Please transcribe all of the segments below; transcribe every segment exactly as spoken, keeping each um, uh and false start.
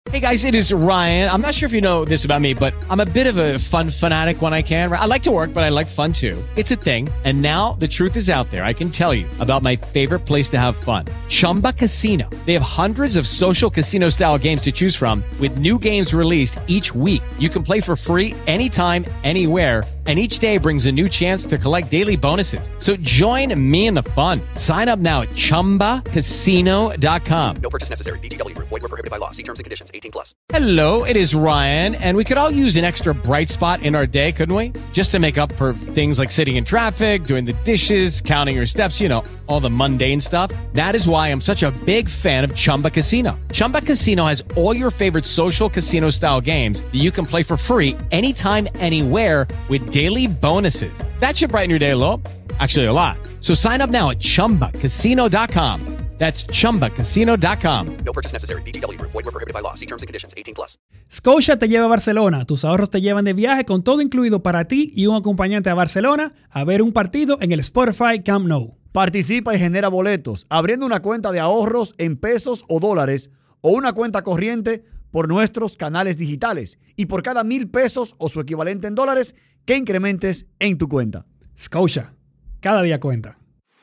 Hey guys, it is Ryan. I'm not sure if you know this about me, but I'm a bit of a fun fanatic when I can. I like to work, but I like fun too. It's a thing. And now the truth is out there. I can tell you about my favorite place to have fun. Chumba Casino. They have hundreds of social casino style games to choose from with new games released each week. You can play for free anytime, anywhere. And each day brings a new chance to collect daily bonuses. So join me in the fun. Sign up now at chumba casino dot com. No purchase necessary. V G W. Void where prohibited by law. See terms and conditions. eighteen plus. Hello, it is Ryan, and we could all use an extra bright spot in our day, couldn't we? Just to make up for things like sitting in traffic, doing the dishes, counting your steps, you know, all the mundane stuff. That is why I'm such a big fan of Chumba Casino. Chumba Casino has all your favorite social casino-style games that you can play for free anytime, anywhere with daily bonuses. That should brighten your day a little. Actually, a lot. So sign up now at chumba casino dot com. That's chumba casino dot com. No purchase necessary. V G W. Void where prohibited by law. See terms and conditions. eighteen plus. Scotia te lleva a Barcelona. Tus ahorros te llevan de viaje con todo incluido para ti y un acompañante a Barcelona a ver un partido en el Spotify Camp Nou. Participa y genera boletos abriendo una cuenta de ahorros en pesos o dólares o una cuenta corriente por nuestros canales digitales y por cada mil pesos o su equivalente en dólares que incrementes en tu cuenta. Scotia, cada día cuenta.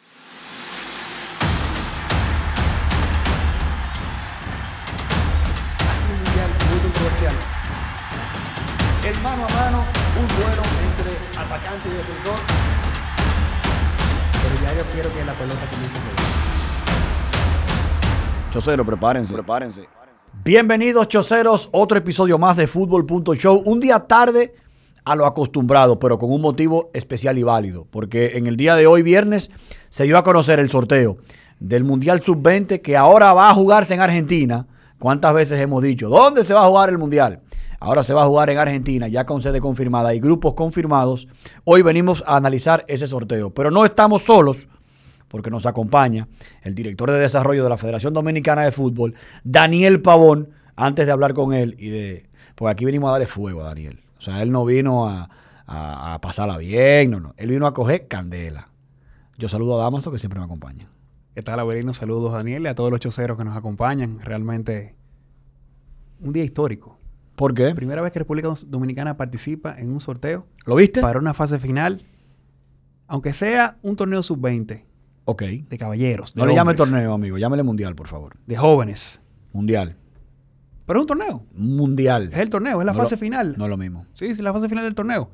Muy controversial. El mano a mano, un duelo entre atacante y defensor. Pero ya yo quiero que la pelota comience a jugar. Chocero, prepárense, prepárense. Bienvenidos, choceros, otro episodio más de Fútbol punto show. Un día tarde a lo acostumbrado, pero con un motivo especial y válido. Porque en el día de hoy, viernes, se dio a conocer el sorteo del Mundial sub veinte que ahora va a jugarse en Argentina. ¿Cuántas veces hemos dicho? ¿Dónde se va a jugar el Mundial? Ahora se va a jugar en Argentina, ya con sede confirmada y grupos confirmados. Hoy venimos a analizar ese sorteo. Pero no estamos solos, porque nos acompaña el director de desarrollo de la Federación Dominicana de Fútbol, Daniel Pavón. Antes de hablar con él y de... Porque aquí venimos a darle fuego a Daniel. O sea, él no vino a, a, a pasarla bien, no, no. Él vino a coger candela. Yo saludo a Damaso, que siempre me acompaña. ¿Qué tal, Avelino? Saludos, Daniel, y a todos los choceros que nos acompañan. Realmente un día histórico. ¿Por qué? Primera vez que República Dominicana participa en un sorteo. ¿Lo viste? Para una fase final. Aunque sea un torneo sub veinte. Ok. De caballeros. De no le llame hombres, torneo, amigo. Llámele mundial, por favor. De jóvenes. Mundial. Pero es un torneo. Mundial. Es el torneo, es la no fase lo, final. No es lo mismo. Sí, es la fase final del torneo.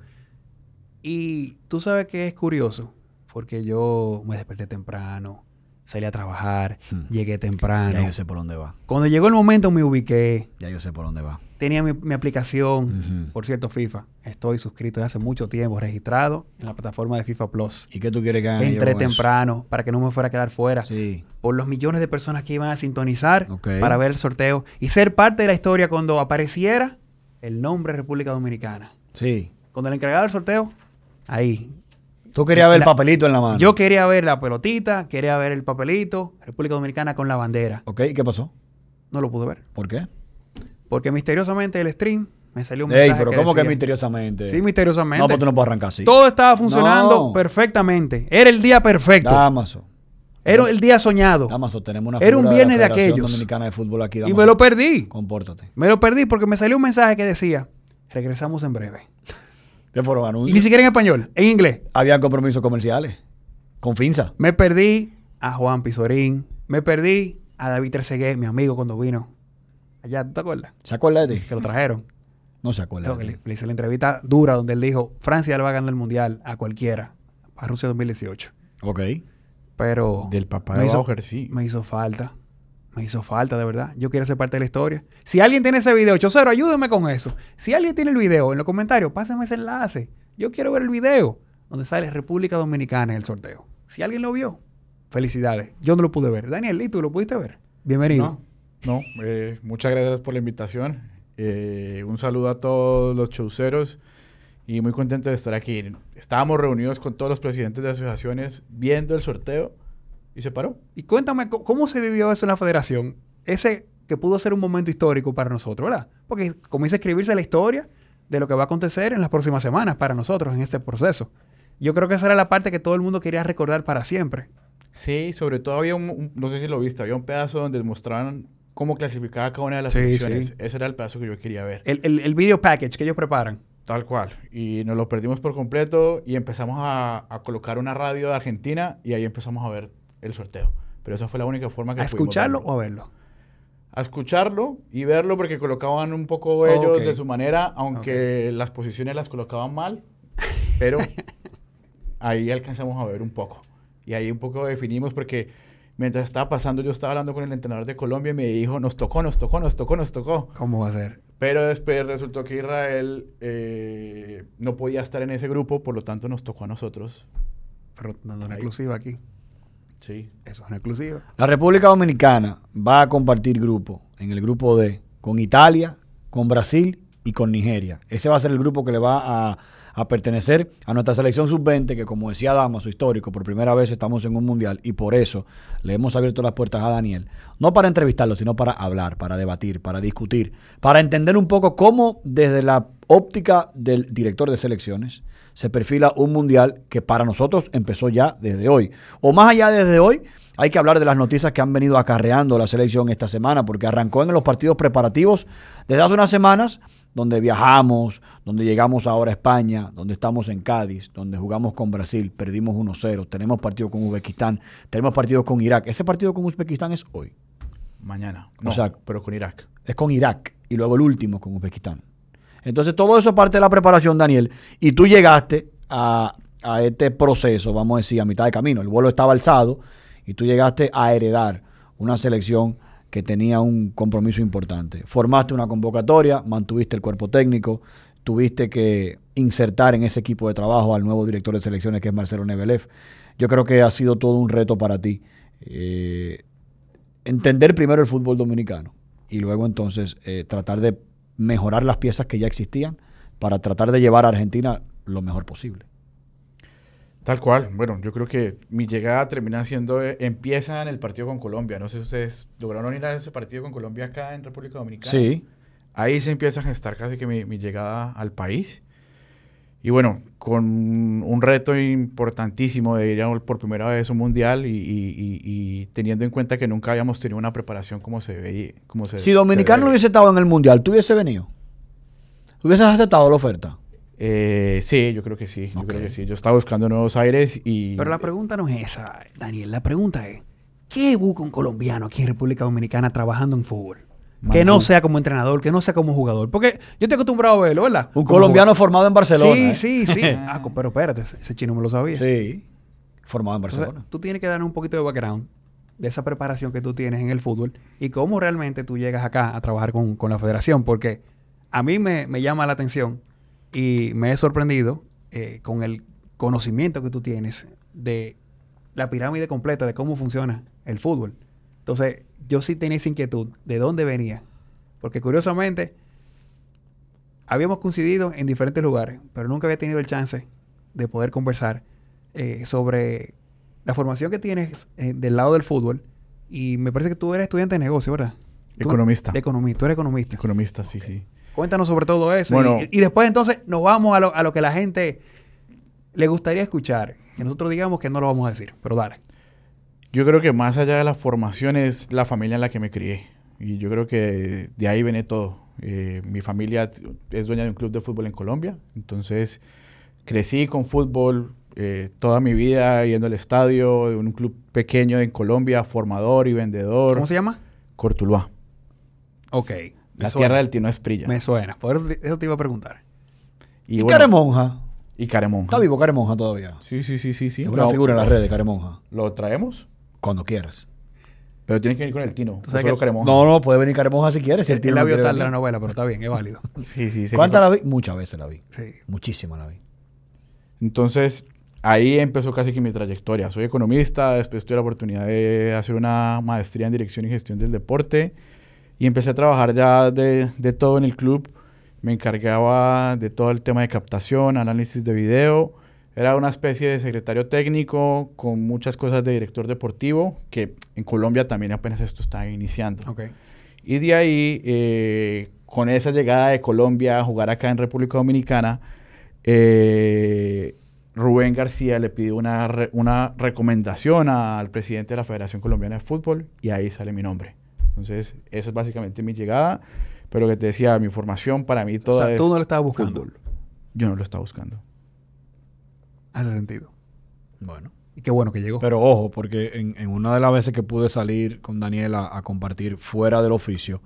Y tú sabes que es curioso. Porque yo me desperté temprano. Salí a trabajar, hmm. llegué temprano. Ya yo sé por dónde va. Cuando llegó el momento me ubiqué. Ya yo sé por dónde va. Tenía mi, mi aplicación, uh-huh. por cierto, FIFA. Estoy suscrito desde hace mucho tiempo, registrado en la plataforma de FIFA Plus. ¿Y qué tú quieres que haga? Entré temprano eso? Para que no me fuera a quedar fuera. Sí. Por los millones de personas que iban a sintonizar okay. para ver el sorteo y ser parte de la historia cuando apareciera el nombre República Dominicana. Sí. Cuando el encargado del sorteo, ahí. Tú querías ver la, el papelito en la mano. Yo quería ver la pelotita, quería ver el papelito, República Dominicana con la bandera. Ok, ¿y qué pasó? No lo pude ver. ¿Por qué? Porque misteriosamente el stream me salió un Ey, mensaje pero que ¿cómo decía, que misteriosamente? Sí, misteriosamente. No, pues tú no puedes arrancar así. Todo estaba funcionando no. perfectamente. Era el día perfecto. Damaso. Era el día soñado. Damaso, tenemos una Era un viernes de, de aquellos. Dominicana de Fútbol aquí, Damaso. Y me lo perdí. Compórtate. Me lo perdí porque me salió un mensaje que decía, regresamos en breve. ¿Qué fueron anuncios? Y ni siquiera en español, en inglés. Habían compromisos comerciales. Con Finza. Me perdí a Juan Pizorín. Me perdí a David Trezeguet, mi amigo, cuando vino allá. ¿Tú te acuerdas? ¿Se acuerda de ti? Que lo trajeron. No se acuerda Luego de que ti. le, le hice la entrevista dura donde él dijo, Francia le va a ganar el Mundial a cualquiera. A Rusia dos mil dieciocho. Ok. Pero... Del papá me de hizo, Bauer, sí. Me hizo falta. Me hizo falta, de verdad. Yo quiero ser parte de la historia. Si alguien tiene ese video, Chocero, ayúdame con eso. Si alguien tiene el video en los comentarios, pásenme ese enlace. Yo quiero ver el video donde sale República Dominicana en el sorteo. Si alguien lo vio, felicidades. Yo no lo pude ver. Daniel, ¿y tú lo pudiste ver? Bienvenido. No, no eh, muchas gracias por la invitación. Eh, un saludo a todos los chauceros y muy contento de estar aquí. Estábamos reunidos con todos los presidentes de asociaciones viendo el sorteo y se paró. Y cuéntame, ¿cómo se vivió eso en la federación? Ese que pudo ser un momento histórico para nosotros, ¿verdad? Porque comienza a escribirse la historia de lo que va a acontecer en las próximas semanas para nosotros en este proceso. Yo creo que esa era la parte que todo el mundo quería recordar para siempre. Sí, sobre todo había un, un no sé si lo viste, había un pedazo donde mostraban cómo clasificaba cada una de las Sí, selecciones. sí. Ese era el pedazo que yo quería ver. El, el, el video package que ellos preparan. Tal cual. Y nos lo perdimos por completo y empezamos a, a colocar una radio de Argentina y ahí empezamos a ver el sorteo. Pero esa fue la única forma que ¿A pudimos escucharlo verlo. o a verlo? A escucharlo y verlo porque colocaban un poco ellos Ok. de su manera, aunque las posiciones las colocaban mal, pero ahí alcanzamos a ver un poco. Y ahí un poco definimos porque mientras estaba pasando yo estaba hablando con el entrenador de Colombia y me dijo, nos tocó, nos tocó, nos tocó, nos tocó. ¿Cómo va a ser? Pero después resultó que Israel eh, no podía estar en ese grupo, por lo tanto nos tocó a nosotros. Pero dando una Ahí. exclusiva aquí. Sí. Eso es una exclusiva. La República Dominicana va a compartir grupo en el grupo D con Italia, con Brasil y con Nigeria. Ese va a ser el grupo que le va a, a pertenecer a nuestra selección sub veinte, que como decía Damaso, histórico, por primera vez estamos en un mundial y por eso le hemos abierto las puertas a Daniel, no para entrevistarlo, sino para hablar, para debatir, para discutir, para entender un poco cómo desde la óptica del director de selecciones se perfila un mundial que para nosotros empezó ya desde hoy. O más allá desde hoy, hay que hablar de las noticias que han venido acarreando la selección esta semana, porque arrancó en los partidos preparativos desde hace unas semanas, donde viajamos, donde llegamos ahora a España, donde estamos en Cádiz, donde jugamos con Brasil, perdimos uno cero, tenemos partido con Uzbekistán, tenemos partido con Irak. Ese partido con Uzbekistán es hoy. Mañana. No, O sea, pero con Irak. Es con Irak y luego el último con Uzbekistán. Entonces todo eso es parte de la preparación, Daniel, y tú llegaste a, a este proceso, vamos a decir, a mitad de camino. El vuelo estaba alzado y tú llegaste a heredar una selección que tenía un compromiso importante. Formaste una convocatoria, mantuviste el cuerpo técnico, tuviste que insertar en ese equipo de trabajo al nuevo director de selecciones, que es Marcelo Nebelev. Yo creo que ha sido todo un reto para ti. Eh, entender primero el fútbol dominicano y luego entonces eh, tratar de mejorar las piezas que ya existían para tratar de llevar a Argentina lo mejor posible. Tal cual. Bueno, yo creo que mi llegada termina siendo, eh, empieza en el partido con Colombia. No sé si ustedes lograron ir a ese partido con Colombia acá en República Dominicana. Sí. Ahí se empieza a gestar casi que mi, mi llegada al país. Y bueno, con un reto importantísimo de ir a por primera vez a un mundial y, y, y, y teniendo en cuenta que nunca habíamos tenido una preparación como se veía. Como se, Si Dominicano no hubiese estado en el mundial, ¿tú hubiese venido? ¿Hubieses aceptado la oferta? Eh, sí, yo creo que sí. Yo Ok. creo que sí. Yo estaba buscando nuevos aires y... Pero la pregunta no es esa, Daniel. La pregunta es, ¿qué busca un colombiano aquí en República Dominicana trabajando en fútbol? Que Manu. no sea como entrenador, que no sea como jugador. Porque yo estoy acostumbrado a verlo, ¿verdad? Un Como colombiano jugador. formado en Barcelona. Sí, ¿eh? sí, sí. Ah, co- pero espérate, ese ese chino me lo sabía. Sí. Formado en Entonces, Barcelona. tú tienes que darnos un poquito de background de esa preparación que tú tienes en el fútbol y cómo realmente tú llegas acá a trabajar con, con la federación. Porque a mí me, me llama la atención y me he sorprendido eh, con el conocimiento que tú tienes de la pirámide completa de cómo funciona el fútbol. Entonces, yo sí tenía esa inquietud de dónde venía. Porque curiosamente, habíamos coincidido en diferentes lugares, pero nunca había tenido el chance de poder conversar eh, sobre la formación que tienes eh, del lado del fútbol. Y me parece que tú eres estudiante de negocio, ¿verdad? Tú- Economista. De economista. Tú eres economista. Economista, sí, sí. Cuéntanos sobre todo eso. Bueno. y, y después entonces nos vamos a lo, a lo que la gente le gustaría escuchar. Que nosotros digamos que no lo vamos a decir, pero dale. Yo creo que más allá de la formación es la familia en la que me crié. Y yo creo que de ahí viene todo. Eh, mi familia es dueña de un club de fútbol en Colombia. Entonces crecí con fútbol eh, toda mi vida yendo al estadio de un club pequeño en Colombia, formador y vendedor. ¿Cómo se llama? Cortuluá. Ok. La Me suena. tierra del Tino Esprilla. Me suena. Por eso, te- eso te iba a preguntar. Y, ¿Y bueno, Caremonja? Y Caremonja. ¿Está vivo Caremonja todavía? Sí, sí, sí, sí. sí. Es una Lo- figura en las redes, Caremonja. ¿Lo traemos? Cuando quieras. Pero tiene que venir con el Tino. Tú sabes no solo que- Caremonja. No, no, puede venir Caremonja si quieres. Si él Él tiene la no vio quiere tarde la venir. novela, pero está bien, es válido. Sí, sí. sé ¿Cuántas que- la vi? Muchas veces la vi. Sí. Muchísimas la vi. Entonces, ahí empezó casi que mi trayectoria. Soy economista, después tuve la oportunidad de hacer una maestría en Dirección y Gestión del Deporte y empecé a trabajar ya de, de todo en el club. Me encargaba de todo el tema de captación, análisis de video. Era una especie de secretario técnico con muchas cosas de director deportivo, que en Colombia también apenas esto está iniciando. Ok. Y de ahí, eh, con esa llegada de Colombia a jugar acá en República Dominicana, eh, Rubén García le pidió una, re- una recomendación al presidente de la Federación Colombiana de Fútbol y ahí sale mi nombre. Entonces, esa es básicamente mi llegada. Pero lo que te decía, mi formación para mí toda O sea, es tú no lo estabas buscando. fútbol. Yo no lo estaba buscando. Hace sentido. Bueno. Y qué bueno que llegó. Pero ojo, porque en, en una de las veces que pude salir con Daniela a compartir fuera del oficio,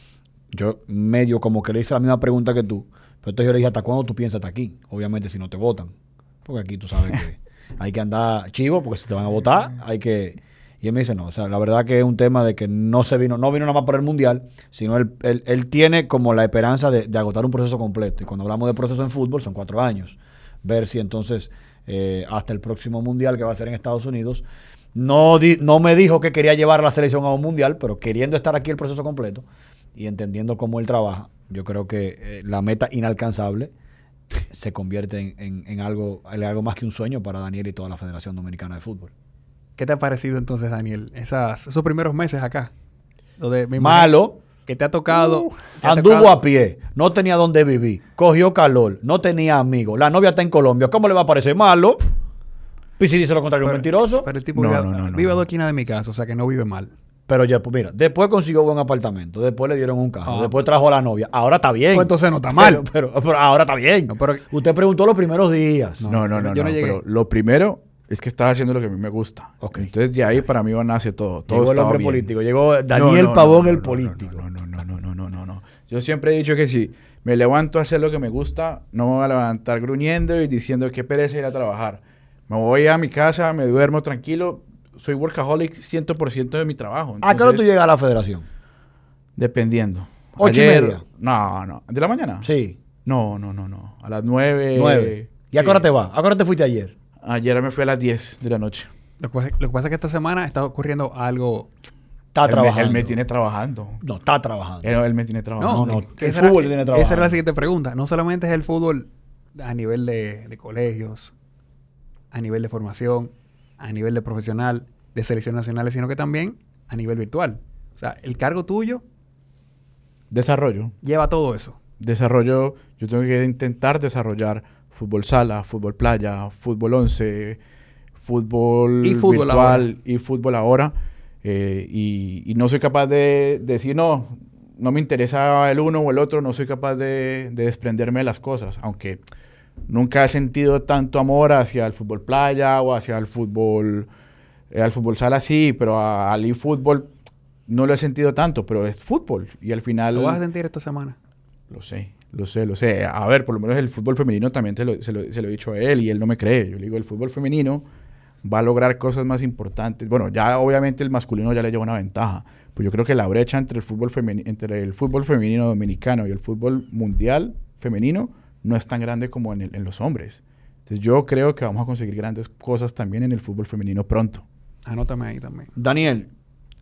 yo medio como que le hice la misma pregunta que tú. Pero entonces yo le dije, ¿hasta cuándo tú piensas estar aquí? Obviamente si no te votan. Porque aquí tú sabes que hay que andar chivo, porque si te van a votar, hay que... Y él me dice, no, o sea, la verdad que es un tema de que no se vino, no vino nada más por el Mundial, sino él, él, él tiene como la esperanza de, de agotar un proceso completo. Y cuando hablamos de proceso en fútbol, son cuatro años. Ver si entonces, eh, hasta el próximo Mundial, que va a ser en Estados Unidos, no, di, no me dijo que quería llevar a la selección a un Mundial, pero queriendo estar aquí el proceso completo y entendiendo cómo él trabaja, yo creo que eh, la meta inalcanzable se convierte en, en, en, algo, en algo más que un sueño para Daniel y toda la Federación Dominicana de Fútbol. ¿Qué te ha parecido entonces, Daniel, esas, esos primeros meses acá? Donde me Malo. Que te ha tocado... Uh, te ha anduvo tocado, a pie. No tenía dónde vivir. Cogió calor. No tenía amigos. La novia está en Colombia. ¿Cómo le va a parecer malo? Pues si dice lo contrario, pero, es mentiroso. Pero el tipo No, vive, no, no, no, vive a no. dos esquinas de mi casa, o sea que no vive mal. Pero ya, pues mira, después consiguió buen apartamento. Después le dieron un carro. Ah, después trajo a la novia. Ahora está bien. Pues entonces no está mal. Pero, pero, pero ahora está bien. No, pero- Usted preguntó los primeros días. No, no, no, no, yo no llegué. pero lo primero es que estaba haciendo lo que a mí me gusta. Ok. Entonces, de ahí para mí nace todo. Todo Llegó el estaba hombre bien. político. Llegó Daniel No, no, Pavón, no, el no, político. No, no, no, no, no, no, no, no. Yo siempre he dicho que si me levanto a hacer lo que me gusta, no me voy a levantar gruñendo y diciendo qué pereza ir a trabajar. Me voy a mi casa, me duermo tranquilo. Soy workaholic cien por ciento de mi trabajo. ¿A qué hora tú Entonces, llegas a la federación? Dependiendo. ¿Ocho y Ayer- media? No, no. ¿De la mañana? Sí. No, no, no, no. A las nueve. Nueve. ¿Y a qué sí. hora te vas? ¿A qué hora te fuiste ayer? Ayer me fui a las diez de la noche. Lo que, pasa, lo que pasa es que esta semana está ocurriendo algo... Está él trabajando. Me, él me tiene trabajando. No, está trabajando. Él, él me tiene trabajando. no, que el esa era- fútbol tiene trabajando. Esa era la siguiente pregunta. No solamente es el fútbol a nivel de, de colegios, a nivel de formación, a nivel de profesional, de selecciones nacionales, sino que también a nivel virtual. O sea, el cargo tuyo Desarrollo. lleva todo eso. Desarrollo. Yo tengo que intentar desarrollar fútbol sala, fútbol playa, fútbol once, fútbol Y fútbol virtual ahora. y fútbol ahora. Eh, y, y no soy capaz de, de decir, no, no me interesa el uno o el otro. No soy capaz de, de desprenderme de las cosas. Aunque nunca he sentido tanto amor hacia el fútbol playa o hacia el fútbol... Eh, al fútbol sala sí, pero a- al eFootball no lo he sentido tanto, pero es fútbol. Y al final... ¿Lo vas a sentir esta semana? Lo sé, lo sé, lo sé. A ver, por lo menos el fútbol femenino también te lo- se, lo, se lo he dicho a él y él no me cree. Yo le digo, el fútbol femenino va a lograr cosas más importantes. Bueno, ya obviamente el masculino ya le lleva una ventaja. Pues yo creo que la brecha entre el fútbol femeni- entre el fútbol femenino dominicano y el fútbol mundial femenino no es tan grande como en, el- en los hombres. Entonces yo creo que vamos a conseguir grandes cosas también en el fútbol femenino pronto. Anótame ahí también. Daniel,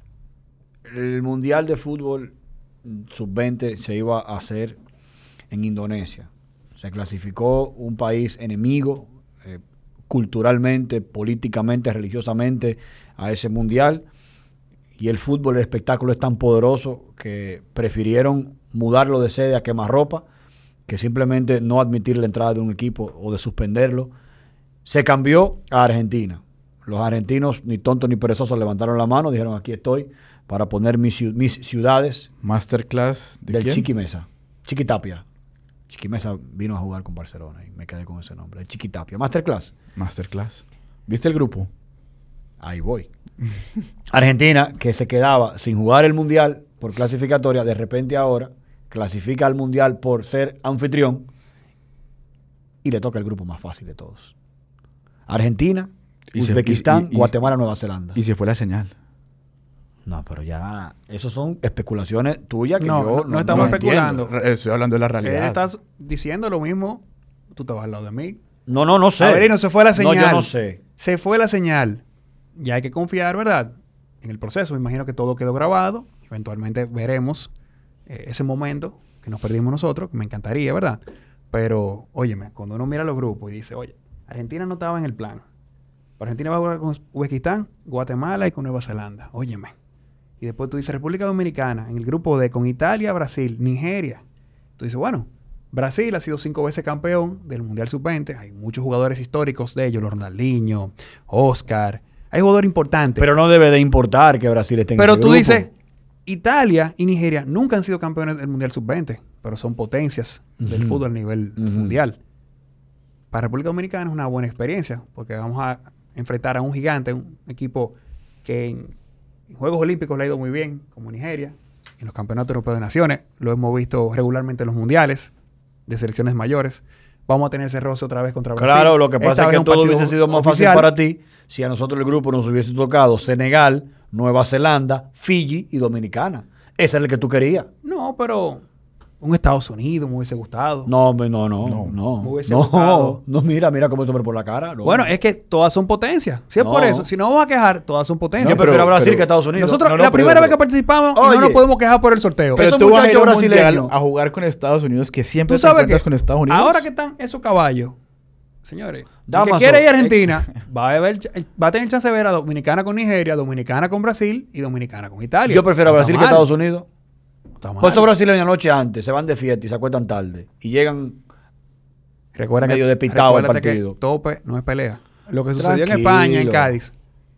el Mundial de Fútbol sub veinte se iba a hacer en Indonesia. Se clasificó un país enemigo eh, culturalmente, políticamente, religiosamente a ese Mundial. Y el fútbol, el espectáculo es tan poderoso que prefirieron mudarlo de sede a quemarropa que simplemente no admitir la entrada de un equipo o de suspenderlo. Se cambió a Argentina. Los argentinos, ni tontos ni perezosos, levantaron la mano, dijeron, aquí estoy para poner mis, ciu- mis ciudades Masterclass de del quién? Chiqui Mesa. Chiqui Tapia. Chiqui Mesa vino a jugar con Barcelona y me quedé con ese nombre. El Chiqui Tapia. Masterclass. Masterclass. ¿Viste el grupo? Ahí voy. Argentina, que se quedaba sin jugar el Mundial por clasificatoria, de repente ahora clasifica al Mundial por ser anfitrión y le toca el grupo más fácil de todos. Argentina, Y se- Uzbekistán, y- y- y- Guatemala, Nueva Zelanda. Y se fue la señal. No, pero ya, esos son especulaciones tuyas que No, yo no, no estamos no especulando. entiendo. Re- Estoy hablando de la Él realidad. está diciendo lo mismo. Tú estabas al lado de mí. No, no, no sé. Avelino, se fue la señal. No, yo no sé. Se fue la señal. Ya hay que confiar, ¿verdad? En el proceso. Me imagino que todo quedó grabado. Eventualmente veremos eh, ese momento que nos perdimos nosotros, que me encantaría, ¿verdad? Pero, óyeme, cuando uno mira los grupos y dice, oye, Argentina no estaba en el plan. Argentina va a jugar con Uzbekistán, Guatemala y con Nueva Zelanda. Óyeme. Y después tú dices República Dominicana, en el grupo D, con Italia, Brasil, Nigeria. Tú dices, bueno, Brasil ha sido cinco veces campeón del Mundial sub veinte. Hay muchos jugadores históricos de ellos, Ronaldinho, Oscar. Hay jugadores importantes. Pero no debe de importar que Brasil esté en Pero ese tú grupo. dices, Italia y Nigeria nunca han sido campeones del Mundial sub veinte, pero son potencias uh-huh. del fútbol a nivel uh-huh. mundial. Para República Dominicana es una buena experiencia, porque vamos a enfrentar a un gigante, un equipo que en, en Juegos Olímpicos le ha ido muy bien, como Nigeria, en los Campeonatos Europeos de Naciones, lo hemos visto regularmente en los mundiales de selecciones mayores. Vamos a tener ese roce otra vez contra Brasil. Claro, lo que pasa Esta es que todo hubiese sido más oficial. fácil para ti si a nosotros el grupo nos hubiese tocado Senegal, Nueva Zelanda, Fiji y Dominicana. Ese es el que tú querías. No, pero un Estados Unidos me hubiese gustado. No, no, no, no. No, me hubiese no, gustado. no, mira, mira cómo se me por la cara. No. Bueno, es que todas son potencias. Si es No. por eso, si no vamos a quejar, todas son potencias. Yo pero- prefiero a Brasil pero- que a Estados Unidos. Nosotros, No, no, la pero- primera pero- vez que participamos y Oye. no nos podemos quejar por el sorteo. Pero Pero esos tú vas a ir a un muchachos mundial brasileños. a jugar con Estados Unidos, que siempre Tú te sabes encuentras que con Estados Unidos. ahora que están esos caballos, señores, el que Damaso, quiere ir a eh. Argentina va a, ver, va a tener chance de ver a Dominicana con Nigeria, Dominicana con Brasil y Dominicana con Italia. Yo prefiero a No está Brasil que a mal. Estados Unidos. No está mal. Por eso brasileños anoche antes se van de fiesta y se acuestan tarde. Y llegan Recuerda medio que, despistado el recuérdate que partido. tope no es pelea. Lo que sucedió en Tranquilo. España, en Cádiz,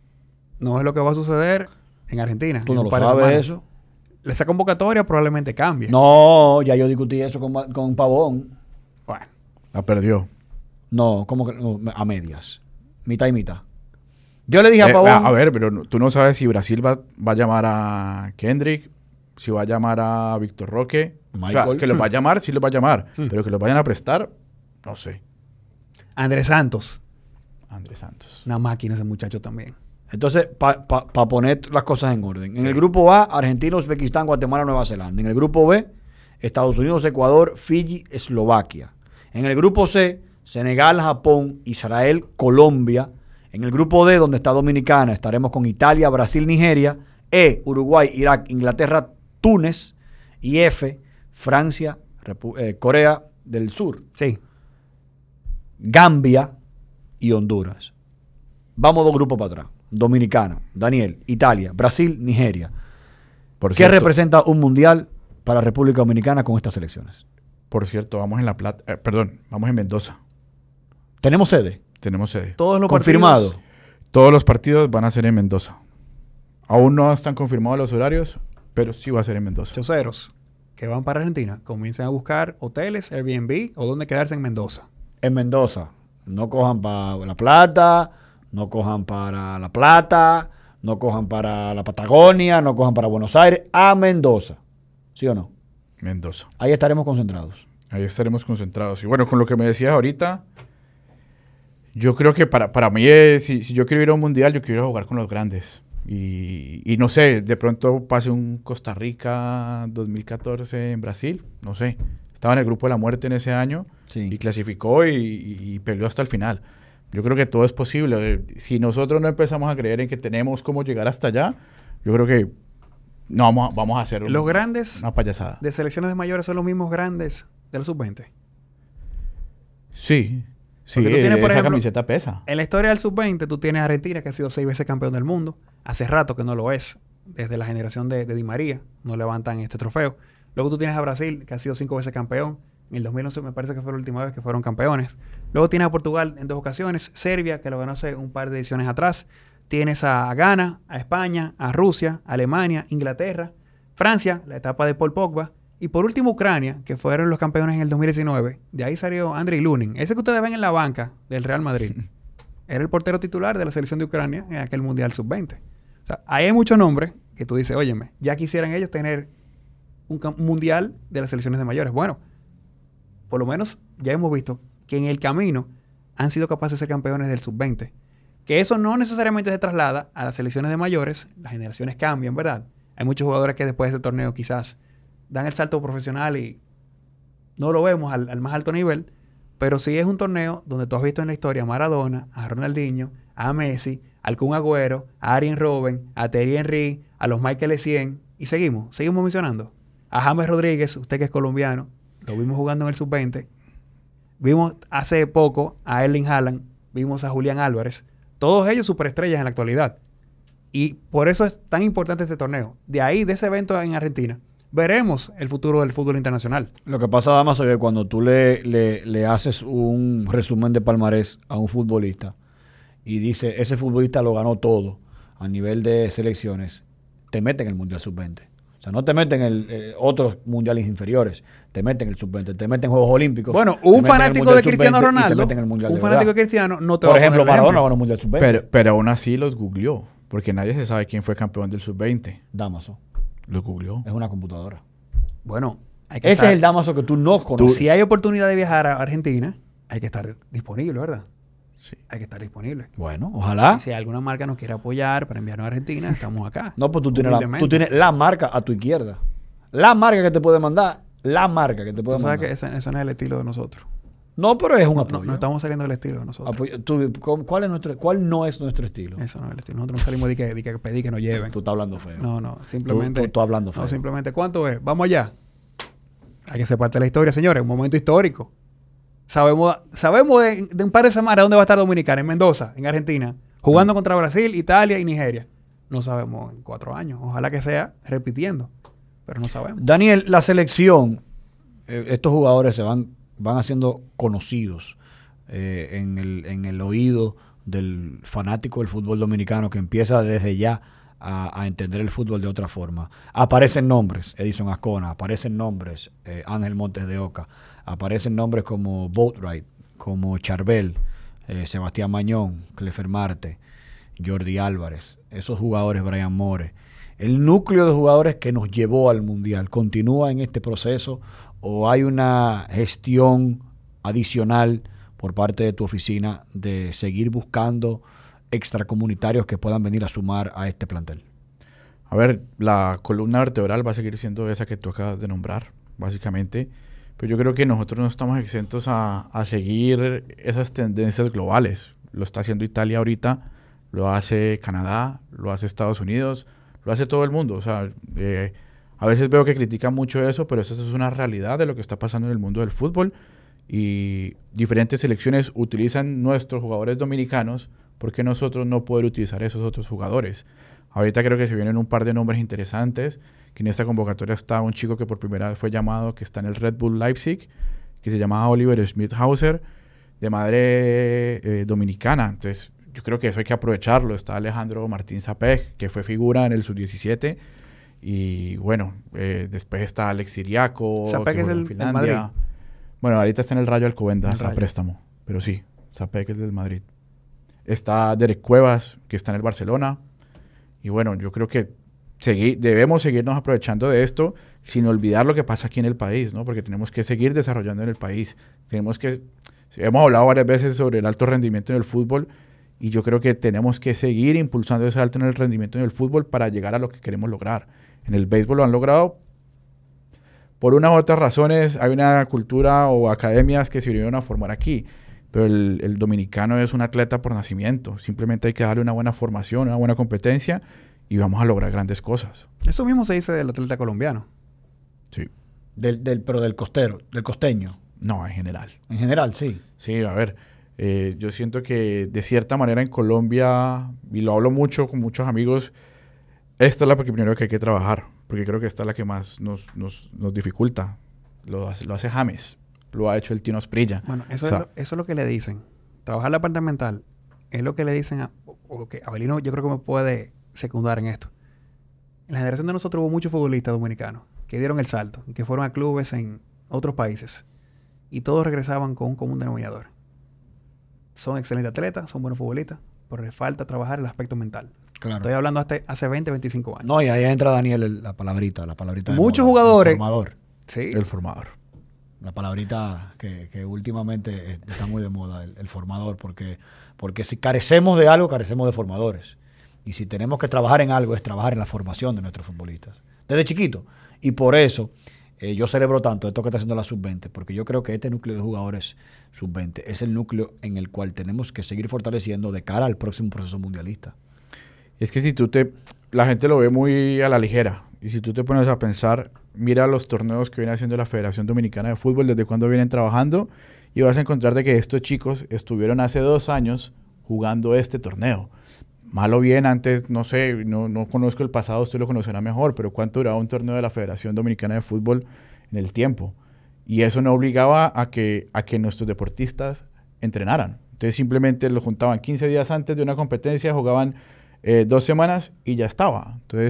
no es lo que va a suceder en Argentina. Tú en no un lo par de sabes semanas. eso. Esa convocatoria probablemente cambie. No, ya yo discutí eso con, con Pavón. Bueno, La perdió. No, como que no, a medias. Mitad y mitad. Yo le dije a Eh, Pavón. a, a ver, pero no- tú no sabes si Brasil va, va a llamar a Kendrick, si va a llamar a Víctor Roque. O sea, Michael. que los va a llamar, sí los va a llamar. Pero que los vayan a prestar, no sé. Andrés Santos, Andrés Santos. una máquina ese muchacho también. Entonces, para pa, pa poner las cosas en orden. En el grupo A, Argentina, Uzbekistán, Guatemala, Nueva Zelanda. En el grupo B, Estados Unidos, Ecuador, Fiji, Eslovaquia. En el grupo C, Senegal, Japón, Israel, Colombia. En el grupo D, donde está Dominicana, estaremos con Italia, Brasil, Nigeria. E, Uruguay, Irak, Inglaterra, Túnez. Y F, Francia, Repu- eh, Corea del Sur, Sí. Gambia y Honduras. Vamos dos grupos para atrás. Dominicana, Daniel, Italia, Brasil, Nigeria. Por ¿Qué cierto, representa un mundial para República Dominicana con estas elecciones? Por cierto, vamos en La Plata. eh, perdón, vamos en Mendoza. ¿Tenemos sede? Tenemos sede. Todos los Confirmado. partidos- Todos los partidos van a ser en Mendoza. Aún no están confirmados los horarios, pero sí va a ser en Mendoza. choceros que van para Argentina comiencen a buscar hoteles, Airbnb o dónde quedarse en Mendoza. En Mendoza. No cojan para La Plata, no cojan para La Plata, no cojan para la Patagonia, no cojan para Buenos Aires, a Mendoza. ¿Sí o no? Mendoza. Ahí estaremos concentrados. Ahí estaremos concentrados. Y bueno, con lo que me decías ahorita, yo creo que para, para mí, es, si, si yo quiero ir a un mundial, yo quiero ir a jugar con los grandes. Y, y no sé, de pronto pase un Costa Rica dos mil catorce en Brasil, no sé. Estaba en el grupo de la muerte en ese año Sí. y clasificó y, y- y peleó hasta el final. Yo creo que todo es posible. Eh, Si nosotros no empezamos a creer en que tenemos cómo llegar hasta allá, yo creo que no vamos a, vamos a hacer un- Los grandes una payasada. de selecciones de mayores son los mismos grandes de la sub veinte. Sí, sí, Porque tú tienes, por esa ejemplo, camiseta pesa. En la historia del sub veinte, tú tienes a Argentina, que ha sido seis veces campeón del mundo. Hace rato que no lo es. Desde la generación de, de Di María no levantan este trofeo. Luego tú tienes a Brasil, que ha sido cinco veces campeón. En el dos mil once me parece que fue la última vez que fueron campeones. Luego tienes a Portugal en dos ocasiones. Serbia, que lo ganó hace un par de ediciones atrás. Tienes a Ghana, a España, a Rusia, a Alemania, Inglaterra, Francia, la etapa de Paul Pogba. Y por último Ucrania, que fueron los campeones en el dos mil diecinueve. De ahí salió Andriy Lunin. Ese que ustedes ven en la banca del Real Madrid. Era el portero titular de la selección de Ucrania en aquel Mundial sub veinte. O sea, ahí hay muchos nombres que tú dices, óyeme, ya quisieran ellos tener un cam- mundial de las selecciones de mayores. Bueno, por lo menos ya hemos visto que en el camino han sido capaces de ser campeones del sub veinte. Que eso no necesariamente se traslada a las selecciones de mayores. Las generaciones cambian, ¿verdad? Hay muchos jugadores que después de ese torneo quizás dan el salto profesional y no lo vemos al, al más alto nivel. Pero sí es un torneo donde tú has visto en la historia a Maradona, a Ronaldinho, a Messi, al Kun Agüero, a Arjen Robben, a Thierry Henry, a los Michael Essien. Y seguimos, seguimos mencionando. A James Rodríguez, usted que es colombiano, lo vimos jugando en el sub veinte. Vimos hace poco a Erling Haaland, vimos a Julián Álvarez. Todos ellos superestrellas en la actualidad. Y por eso es tan importante este torneo. De ahí, de ese evento en Argentina, veremos el futuro del fútbol internacional. Lo que pasa, Damaso, es que cuando tú le, le, le haces un resumen de palmarés a un futbolista y dice, ese futbolista lo ganó todo a nivel de selecciones, te mete en el Mundial sub veinte. O sea, no te meten el, eh, otros mundiales inferiores, te meten el sub veinte, te meten Juegos Olímpicos. Bueno, te un meten el fanático Mundial de Cristiano sub veinte y te Ronaldo, meten el Mundial un de fanático de verdad. Cristiano no te Por va a ejemplo, poner Maradona ejemplo. ganó el Mundial sub veinte. Pero, pero aún así los googleó, porque nadie se sabe quién fue campeón del sub veinte. Damaso. Los googleó. Es una computadora. Bueno, hay que Ese estar, es el Damaso que tú no conoces. si hay oportunidad de viajar a Argentina, hay que estar disponible, ¿verdad? Sí. Hay que estar disponible. Bueno, ojalá. Y si alguna marca nos quiere apoyar para enviarnos a Argentina, estamos acá. No, pues tú tienes, la, Humildemente. tú tienes la marca a tu izquierda. La marca que te puede mandar. La marca que te puede Tú sabes mandar. que ese, ese no es el estilo de nosotros. No, pero es un No, apoyo. no, no estamos saliendo del estilo de nosotros. Apoyo. Tú, ¿cómo- ¿cuál, es nuestro, ¿Cuál no es nuestro estilo? Eso no es el estilo. Nosotros no salimos de que, de que pedir que nos lleven. Tú estás hablando feo. No, no. Simplemente. Tú- tú- tú hablando feo. No, simplemente. ¿Cuánto es? Vamos allá. Hay que ser parte de la historia, señores. Un momento histórico. Sabemos, sabemos de, de un par de semanas dónde va a estar Dominicana, en Mendoza, en Argentina, jugando contra Brasil, Italia y Nigeria. No sabemos en cuatro años. Ojalá que sea repitiendo, pero no sabemos. Daniel, la selección, eh, estos jugadores se van, van haciendo conocidos eh, en, el, en el oído del fanático del fútbol dominicano que empieza desde ya a, a entender el fútbol de otra forma. Aparecen nombres, Edison Ascona, aparecen nombres, eh, Ángel Montes de Oca, aparecen nombres como Boatwright, como Charbel, eh, Sebastián Mañón, Clefer Marte, Jordi Álvarez, esos jugadores, Brian More. ¿El núcleo de jugadores que nos llevó al Mundial continúa en este proceso o hay una gestión adicional por parte de tu oficina de seguir buscando extracomunitarios que puedan venir a sumar a este plantel? A ver, la columna vertebral va a seguir siendo esa que tú acabas de nombrar, básicamente. Pero yo creo que nosotros no estamos exentos a, a seguir esas tendencias globales. Lo está haciendo Italia ahorita, lo hace Canadá, lo hace Estados Unidos, lo hace todo el mundo. O sea, eh, a veces veo que critican mucho eso, pero eso es una realidad de lo que está pasando en el mundo del fútbol. Y diferentes selecciones utilizan nuestros jugadores dominicanos porque nosotros no poder utilizar esos otros jugadores. Ahorita creo que se vienen un par de nombres interesantes, que en esta convocatoria está un chico que por primera vez fue llamado, que está en el Red Bull Leipzig, que se llama Oliver Schmidhauser, de madre eh, dominicana. Entonces, yo creo que eso hay que aprovecharlo. Está Alejandro Martín Zapeg, que fue figura en el sub diecisiete. Y bueno, eh, después está Alex Siriaco, Zapeg que es juega en el- el Finlandia. Madrid. Bueno, ahorita está en el Rayo Alcobendas, El está a Rayo. préstamo. Pero sí, Zapeg es del Madrid. Está Derek Cuevas, que está en el Barcelona. Y bueno, yo creo que segui- debemos seguirnos aprovechando de esto sin olvidar lo que pasa aquí en el país, ¿no? Porque tenemos que seguir desarrollando en el país. Tenemos que... Hemos hablado varias veces sobre el alto rendimiento en el fútbol y yo creo que tenemos que seguir impulsando ese alto en el rendimiento en el fútbol para llegar a lo que queremos lograr. En el béisbol lo han logrado. Por unas u otras razones hay una cultura o academias que se vinieron a formar aquí, pero el, el dominicano es un atleta por nacimiento. Simplemente hay que darle una buena formación, una buena competencia y vamos a lograr grandes cosas. Eso mismo se dice del atleta colombiano. Sí. Del, del, pero del costero, del costeño. No, en general. En general, sí. Sí, a ver, eh, yo siento que de cierta manera en Colombia, y lo hablo mucho con muchos amigos, esta es la primera que hay que trabajar, porque creo que esta es la que más nos, nos, nos dificulta. Lo hace, lo hace James, lo ha hecho el Tino Asprilla. Bueno, eso, O sea, es lo, eso es lo que le dicen. Trabajar la parte mental es lo que le dicen a... O que Abelino yo creo que me puede secundar en esto. En la generación de nosotros hubo muchos futbolistas dominicanos que dieron el salto y que fueron a clubes en otros países. Y todos regresaban con un común denominador. Son excelentes atletas, son buenos futbolistas, pero les falta trabajar el aspecto mental. Claro. Estoy hablando hasta hace veinte, veinticinco años. No, y ahí entra Daniel el- la palabrita, la palabrita de Muchos moda, jugadores- el formador. Sí. el formador. La palabrita que, que últimamente eh, está muy de moda, el, el formador, porque, porque si carecemos de algo, carecemos de formadores. Y si tenemos que trabajar en algo, es trabajar en la formación de nuestros futbolistas. Desde chiquito. Y por eso eh, yo celebro tanto esto que está haciendo la sub veinte, porque yo creo que este núcleo de jugadores sub veinte es el núcleo en el cual tenemos que seguir fortaleciendo de cara al próximo proceso mundialista. Es que si tú te... La gente lo ve muy a la ligera. Y si tú te pones a pensar, mira los torneos que viene haciendo la Federación Dominicana de Fútbol, desde cuándo vienen trabajando, y vas a encontrar de que estos chicos estuvieron hace dos años jugando este torneo. Mal o bien, antes, no sé, no, no conozco el pasado, usted lo conocerá mejor, pero cuánto duraba un torneo de la Federación Dominicana de Fútbol en el tiempo. Y eso no obligaba a que, a que nuestros deportistas entrenaran. Entonces simplemente los juntaban quince días antes de una competencia, jugaban eh, dos semanas y ya estaba. Entonces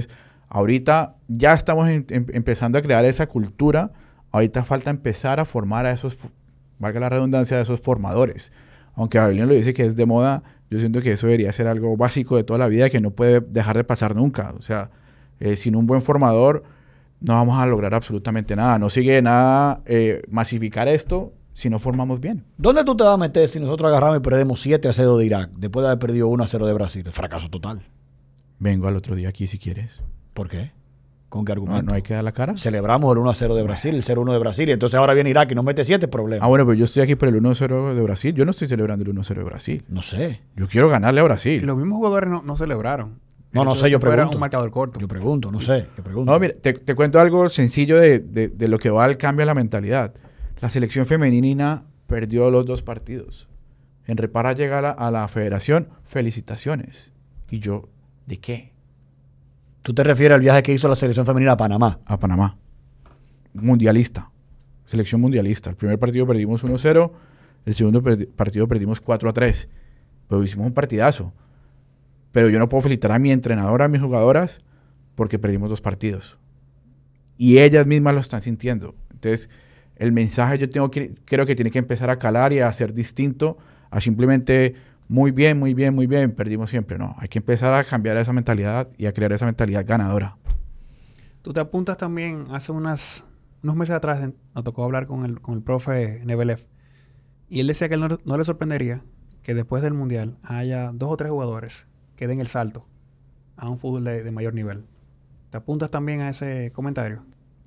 Ahorita ya estamos en, em, empezando a crear esa cultura. Ahorita falta empezar a formar a esos, valga la redundancia, a esos formadores. Aunque Aurelio lo dice que es de moda, yo siento que eso debería ser algo básico de toda la vida que no puede dejar de pasar nunca. O sea, eh, sin un buen formador no vamos a lograr absolutamente nada. No sigue de nada eh, masificar esto si no formamos bien. ¿Dónde tú te vas a meter si nosotros agarramos y perdemos siete a cero de Irak después de haber perdido uno a cero de Brasil? El fracaso total. Vengo al otro día aquí si quieres. ¿Por qué? ¿Con qué argumento? No, no hay que dar la cara. Celebramos el uno a cero de Brasil, el cero uno de Brasil, y entonces ahora viene Irak y nos mete siete problemas. Ah, bueno, pero yo estoy aquí por el uno a cero de Brasil. Yo no estoy celebrando el uno a cero de Brasil. No sé. Yo quiero ganarle a Brasil. Los mismos jugadores no, no celebraron. No, El no hecho sé, de yo que fuera pregunto. un marcador corto. Yo pregunto, no sé, yo pregunto. No, mira, te, te cuento algo sencillo de, de, de lo que va al cambio de la mentalidad. La selección femenina perdió los dos partidos. En repara llega a la, a la federación, felicitaciones. ¿Y yo, de qué? ¿Tú te refieres al viaje que hizo la selección femenina a Panamá? A Panamá. Mundialista. Selección mundialista. El primer partido perdimos uno a cero. El segundo perdi- partido perdimos cuatro a tres. Pero hicimos un partidazo. Pero yo no puedo felicitar a mi entrenadora, a mis jugadoras, porque perdimos dos partidos. Y ellas mismas lo están sintiendo. Entonces, el mensaje yo tengo que, creo que tiene que empezar a calar y a ser distinto a simplemente muy bien, muy bien, muy bien, perdimos siempre. No, hay que empezar a cambiar esa mentalidad y a crear esa mentalidad ganadora. Tú te apuntas también, hace unas, unos meses atrás en- nos tocó hablar con el, con el profe Nebelev. Y él decía que él no, no le sorprendería que después del Mundial haya dos o tres jugadores que den el salto a un fútbol de, de mayor nivel. ¿Te apuntas también a ese comentario?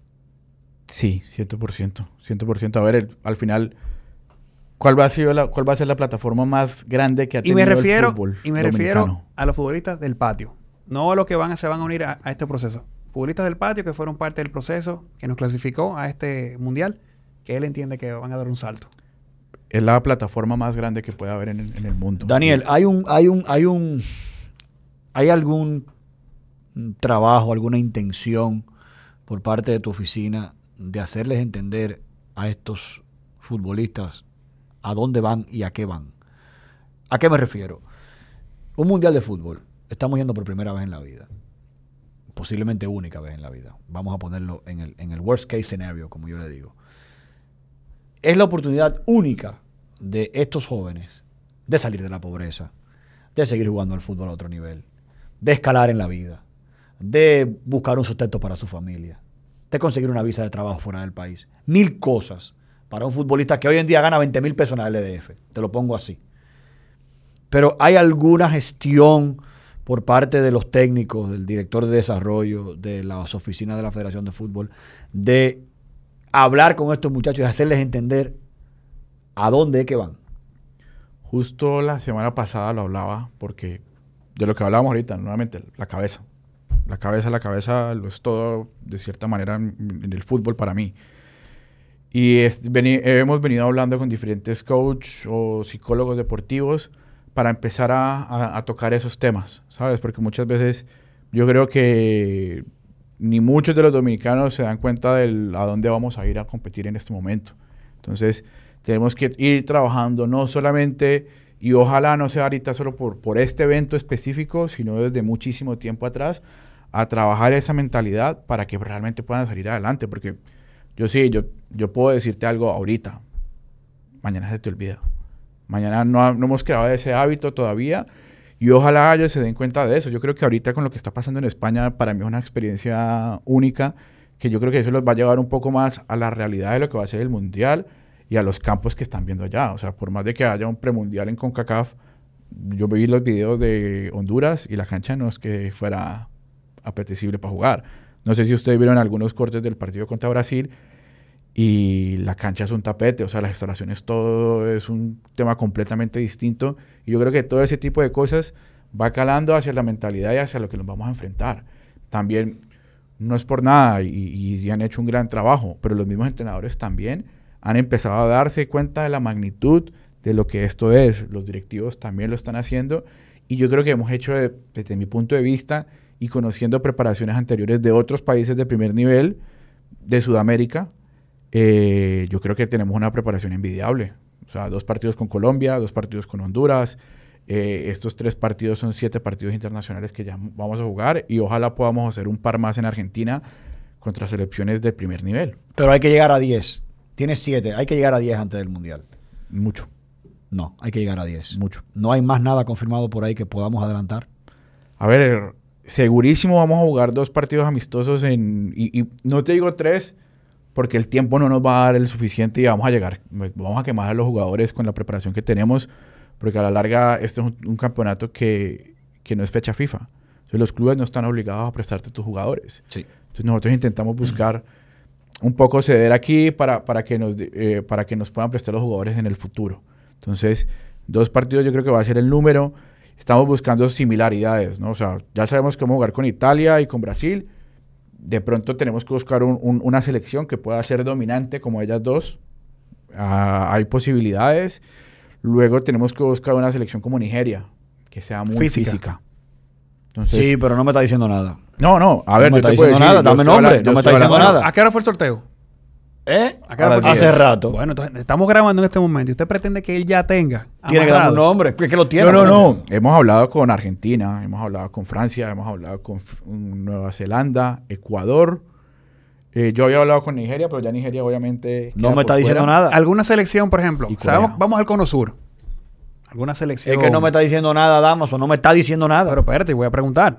Sí, cien por ciento. cien por ciento. A ver, el- al final, ¿cuál va, a ser la, ¿cuál va a ser la plataforma más grande que ha Y tenido me el refiero, fútbol y me refiero dominicano? a los futbolistas del patio. No a los que van a, se van a unir a, a este proceso. Futbolistas del patio que fueron parte del proceso que nos clasificó a este Mundial, que él entiende que van a dar un salto. Es la plataforma más grande que puede haber en, el- en el mundo. Daniel, hay un, hay un, hay un, ¿hay algún trabajo, alguna intención por parte de tu oficina de hacerles entender a estos futbolistas a dónde van y a qué van? ¿A qué me refiero? Un mundial de fútbol, estamos yendo por primera vez en la vida, posiblemente única vez en la vida. Vamos a ponerlo en el, en el worst case scenario, como yo le digo. Es la oportunidad única de estos jóvenes de salir de la pobreza, de seguir jugando al fútbol a otro nivel, de escalar en la vida, de buscar un sustento para su familia, de conseguir una visa de trabajo fuera del país. Mil cosas para un futbolista que hoy en día gana veinte mil pesos en la L D F. Te lo pongo así. Pero ¿hay alguna gestión por parte de los técnicos, del director de desarrollo, de las oficinas de la Federación de Fútbol, de hablar con estos muchachos y hacerles entender a dónde es que van? Justo la semana pasada lo hablaba, porque de lo que hablábamos ahorita, nuevamente, la cabeza. La cabeza, la cabeza lo es todo, de cierta manera, en, en el fútbol para mí. Y es, veni, hemos venido hablando con diferentes coaches o psicólogos deportivos para empezar a, a, a tocar esos temas, ¿sabes? Porque muchas veces yo creo que ni muchos de los dominicanos se dan cuenta de a dónde vamos a ir a competir en este momento. Entonces, tenemos que ir trabajando no solamente, y ojalá no sea ahorita solo por, por este evento específico, sino desde muchísimo tiempo atrás, a trabajar esa mentalidad para que realmente puedan salir adelante. Porque yo sí, yo, yo puedo decirte algo ahorita, mañana se te olvida. Mañana no, no hemos creado ese hábito todavía y ojalá ellos se den cuenta de eso. Yo creo que ahorita con lo que está pasando en España, para mí es una experiencia única, que yo creo que eso los va a llevar un poco más a la realidad de lo que va a ser el Mundial y a los campos que están viendo allá. O sea, por más de que haya un premundial en CONCACAF, yo vi los videos de Honduras y la cancha no es que fuera apetecible para jugar. No sé si ustedes vieron algunos cortes del partido contra Brasil y la cancha es un tapete, o sea, las instalaciones, todo es un tema completamente distinto. Y yo creo que todo ese tipo de cosas va calando hacia la mentalidad y hacia lo que nos vamos a enfrentar. También, no es por nada, y, y han hecho un gran trabajo, pero los mismos entrenadores también han empezado a darse cuenta de la magnitud de lo que esto es. Los directivos también lo están haciendo y yo creo que hemos hecho, de, desde mi punto de vista y conociendo preparaciones anteriores de otros países de primer nivel, de Sudamérica, eh, yo creo que tenemos una preparación envidiable. O sea, dos partidos con Colombia, dos partidos con Honduras, Eh, estos tres partidos son siete partidos internacionales que ya vamos a jugar y ojalá podamos hacer un par más en Argentina contra selecciones de primer nivel. Pero hay que llegar a diez. Tienes siete. Hay que llegar a diez antes del Mundial. Mucho. No, hay que llegar a diez. Mucho. No hay más nada confirmado por ahí que podamos adelantar. A ver, segurísimo vamos a jugar dos partidos amistosos en... Y, y no te digo tres, porque el tiempo no nos va a dar el suficiente y vamos a llegar. Vamos a quemar a los jugadores con la preparación que tenemos, porque a la larga este es un, un campeonato que, que no es fecha FIFA. Entonces los clubes no están obligados a prestarte tus jugadores. Sí. Entonces nosotros intentamos buscar un poco ceder aquí para, para, que nos, eh, para que nos puedan prestar los jugadores en el futuro. Entonces, dos partidos yo creo que va a ser el número. Estamos buscando similaridades, ¿no? O sea, ya sabemos cómo jugar con Italia y con Brasil. De pronto tenemos que buscar un, un, una selección que pueda ser dominante como ellas dos. Uh, hay posibilidades. Luego tenemos que buscar una selección como Nigeria, que sea muy física. física. Entonces, sí, pero no me está diciendo nada. No, no. A ver, no me yo está te puedo diciendo decir, nada. Dame nombre. Hablando, no me está diciendo hablando. nada. ¿A qué hora fue el sorteo? ¿Eh? ¿A qué hora fue el Hace sorteo? rato. Bueno, entonces estamos grabando en este momento y usted pretende que él ya tenga tiene que dar un nombre. Es que lo tiene. No, no, no. Hemos hablado con Argentina, hemos hablado con Francia, hemos hablado con Nueva Zelanda, Ecuador. Eh, yo había hablado con Nigeria, pero ya Nigeria obviamente... No me está diciendo fuera. nada. ¿Alguna selección, por ejemplo? ¿Sabemos? Vamos al Cono Sur. ¿Alguna selección? Es que no me está diciendo nada, Damaso. No me está diciendo nada. Pero espérate, voy a preguntar.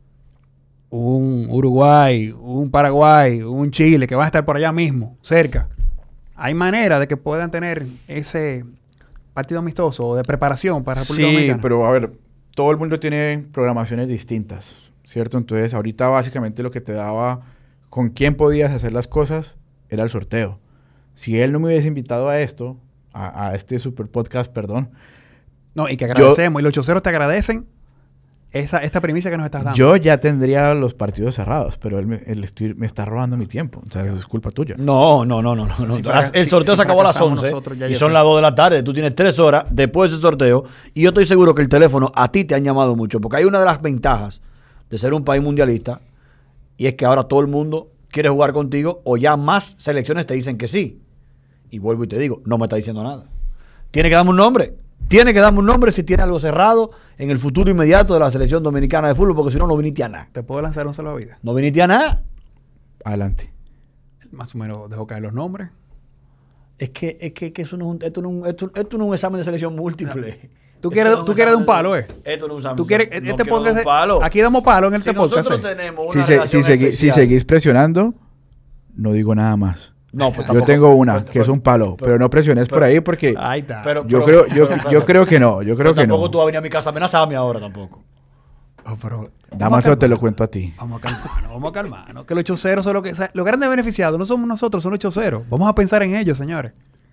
Un Uruguay, un Paraguay, un Chile, que van a estar por allá mismo, cerca. ¿Hay manera de que puedan tener ese partido amistoso de preparación para República Sí, Dominicana? pero a ver, todo el mundo tiene programaciones distintas, ¿cierto? Entonces, ahorita básicamente lo que te daba con quién podías hacer las cosas era el sorteo. Si él no me hubiese invitado a esto, a, a este super podcast, perdón. No, y que agradecemos. Yo, y los choceros te agradecen esa, esta primicia que nos estás dando. Yo ya tendría los partidos cerrados, pero él me, él estoy, me está robando mi tiempo. O sea, eso es culpa tuya. No, no, no, no. no, si, no. Si el si, sorteo si se acabó a las once y son las dos de la tarde. Tú tienes tres horas después de ese sorteo y yo estoy seguro que el teléfono a ti te han llamado mucho porque hay una de las ventajas de ser un país mundialista y es que ahora todo el mundo quiere jugar contigo o ya más selecciones te dicen que sí. Y vuelvo y te digo, no me está diciendo nada. Tiene que darme un nombre. Tiene que darme un nombre si tiene algo cerrado en el futuro inmediato de la selección dominicana de fútbol, porque si no, no viniste a nada. ¿Te puedo lanzar un salvavidas? No viniste a nada. Adelante. Más o menos dejó caer los nombres. Es que, es que, que eso no es un, esto, no es un, esto, esto no es un examen de selección múltiple. ¿Tú quieres, no ¿tú quieres de un palo, eh? Esto no es un examen. ¿Tú quieres, no este podcast, un palo. Aquí damos palo en si este podcast. Nosotros eh. tenemos si, una se, si, segui, si especial. seguís presionando, no digo nada más. No, pues yo tampoco, tengo una, pero, que es un palo, pero, pero no presiones pero, por ahí porque ahí está. Pero, yo, pero, creo, yo, pero, yo creo que no, yo creo que tampoco no. tú vas a venir a mi casa a amenazarme ahora tampoco. Oh, pero, Damaso, te lo cuento a ti. Vamos a calmarnos, vamos a calmarnos. Que los choceros son lo que... O sea, los grandes beneficiados no somos nosotros, son los choceros. Vamos a pensar en ellos, señores.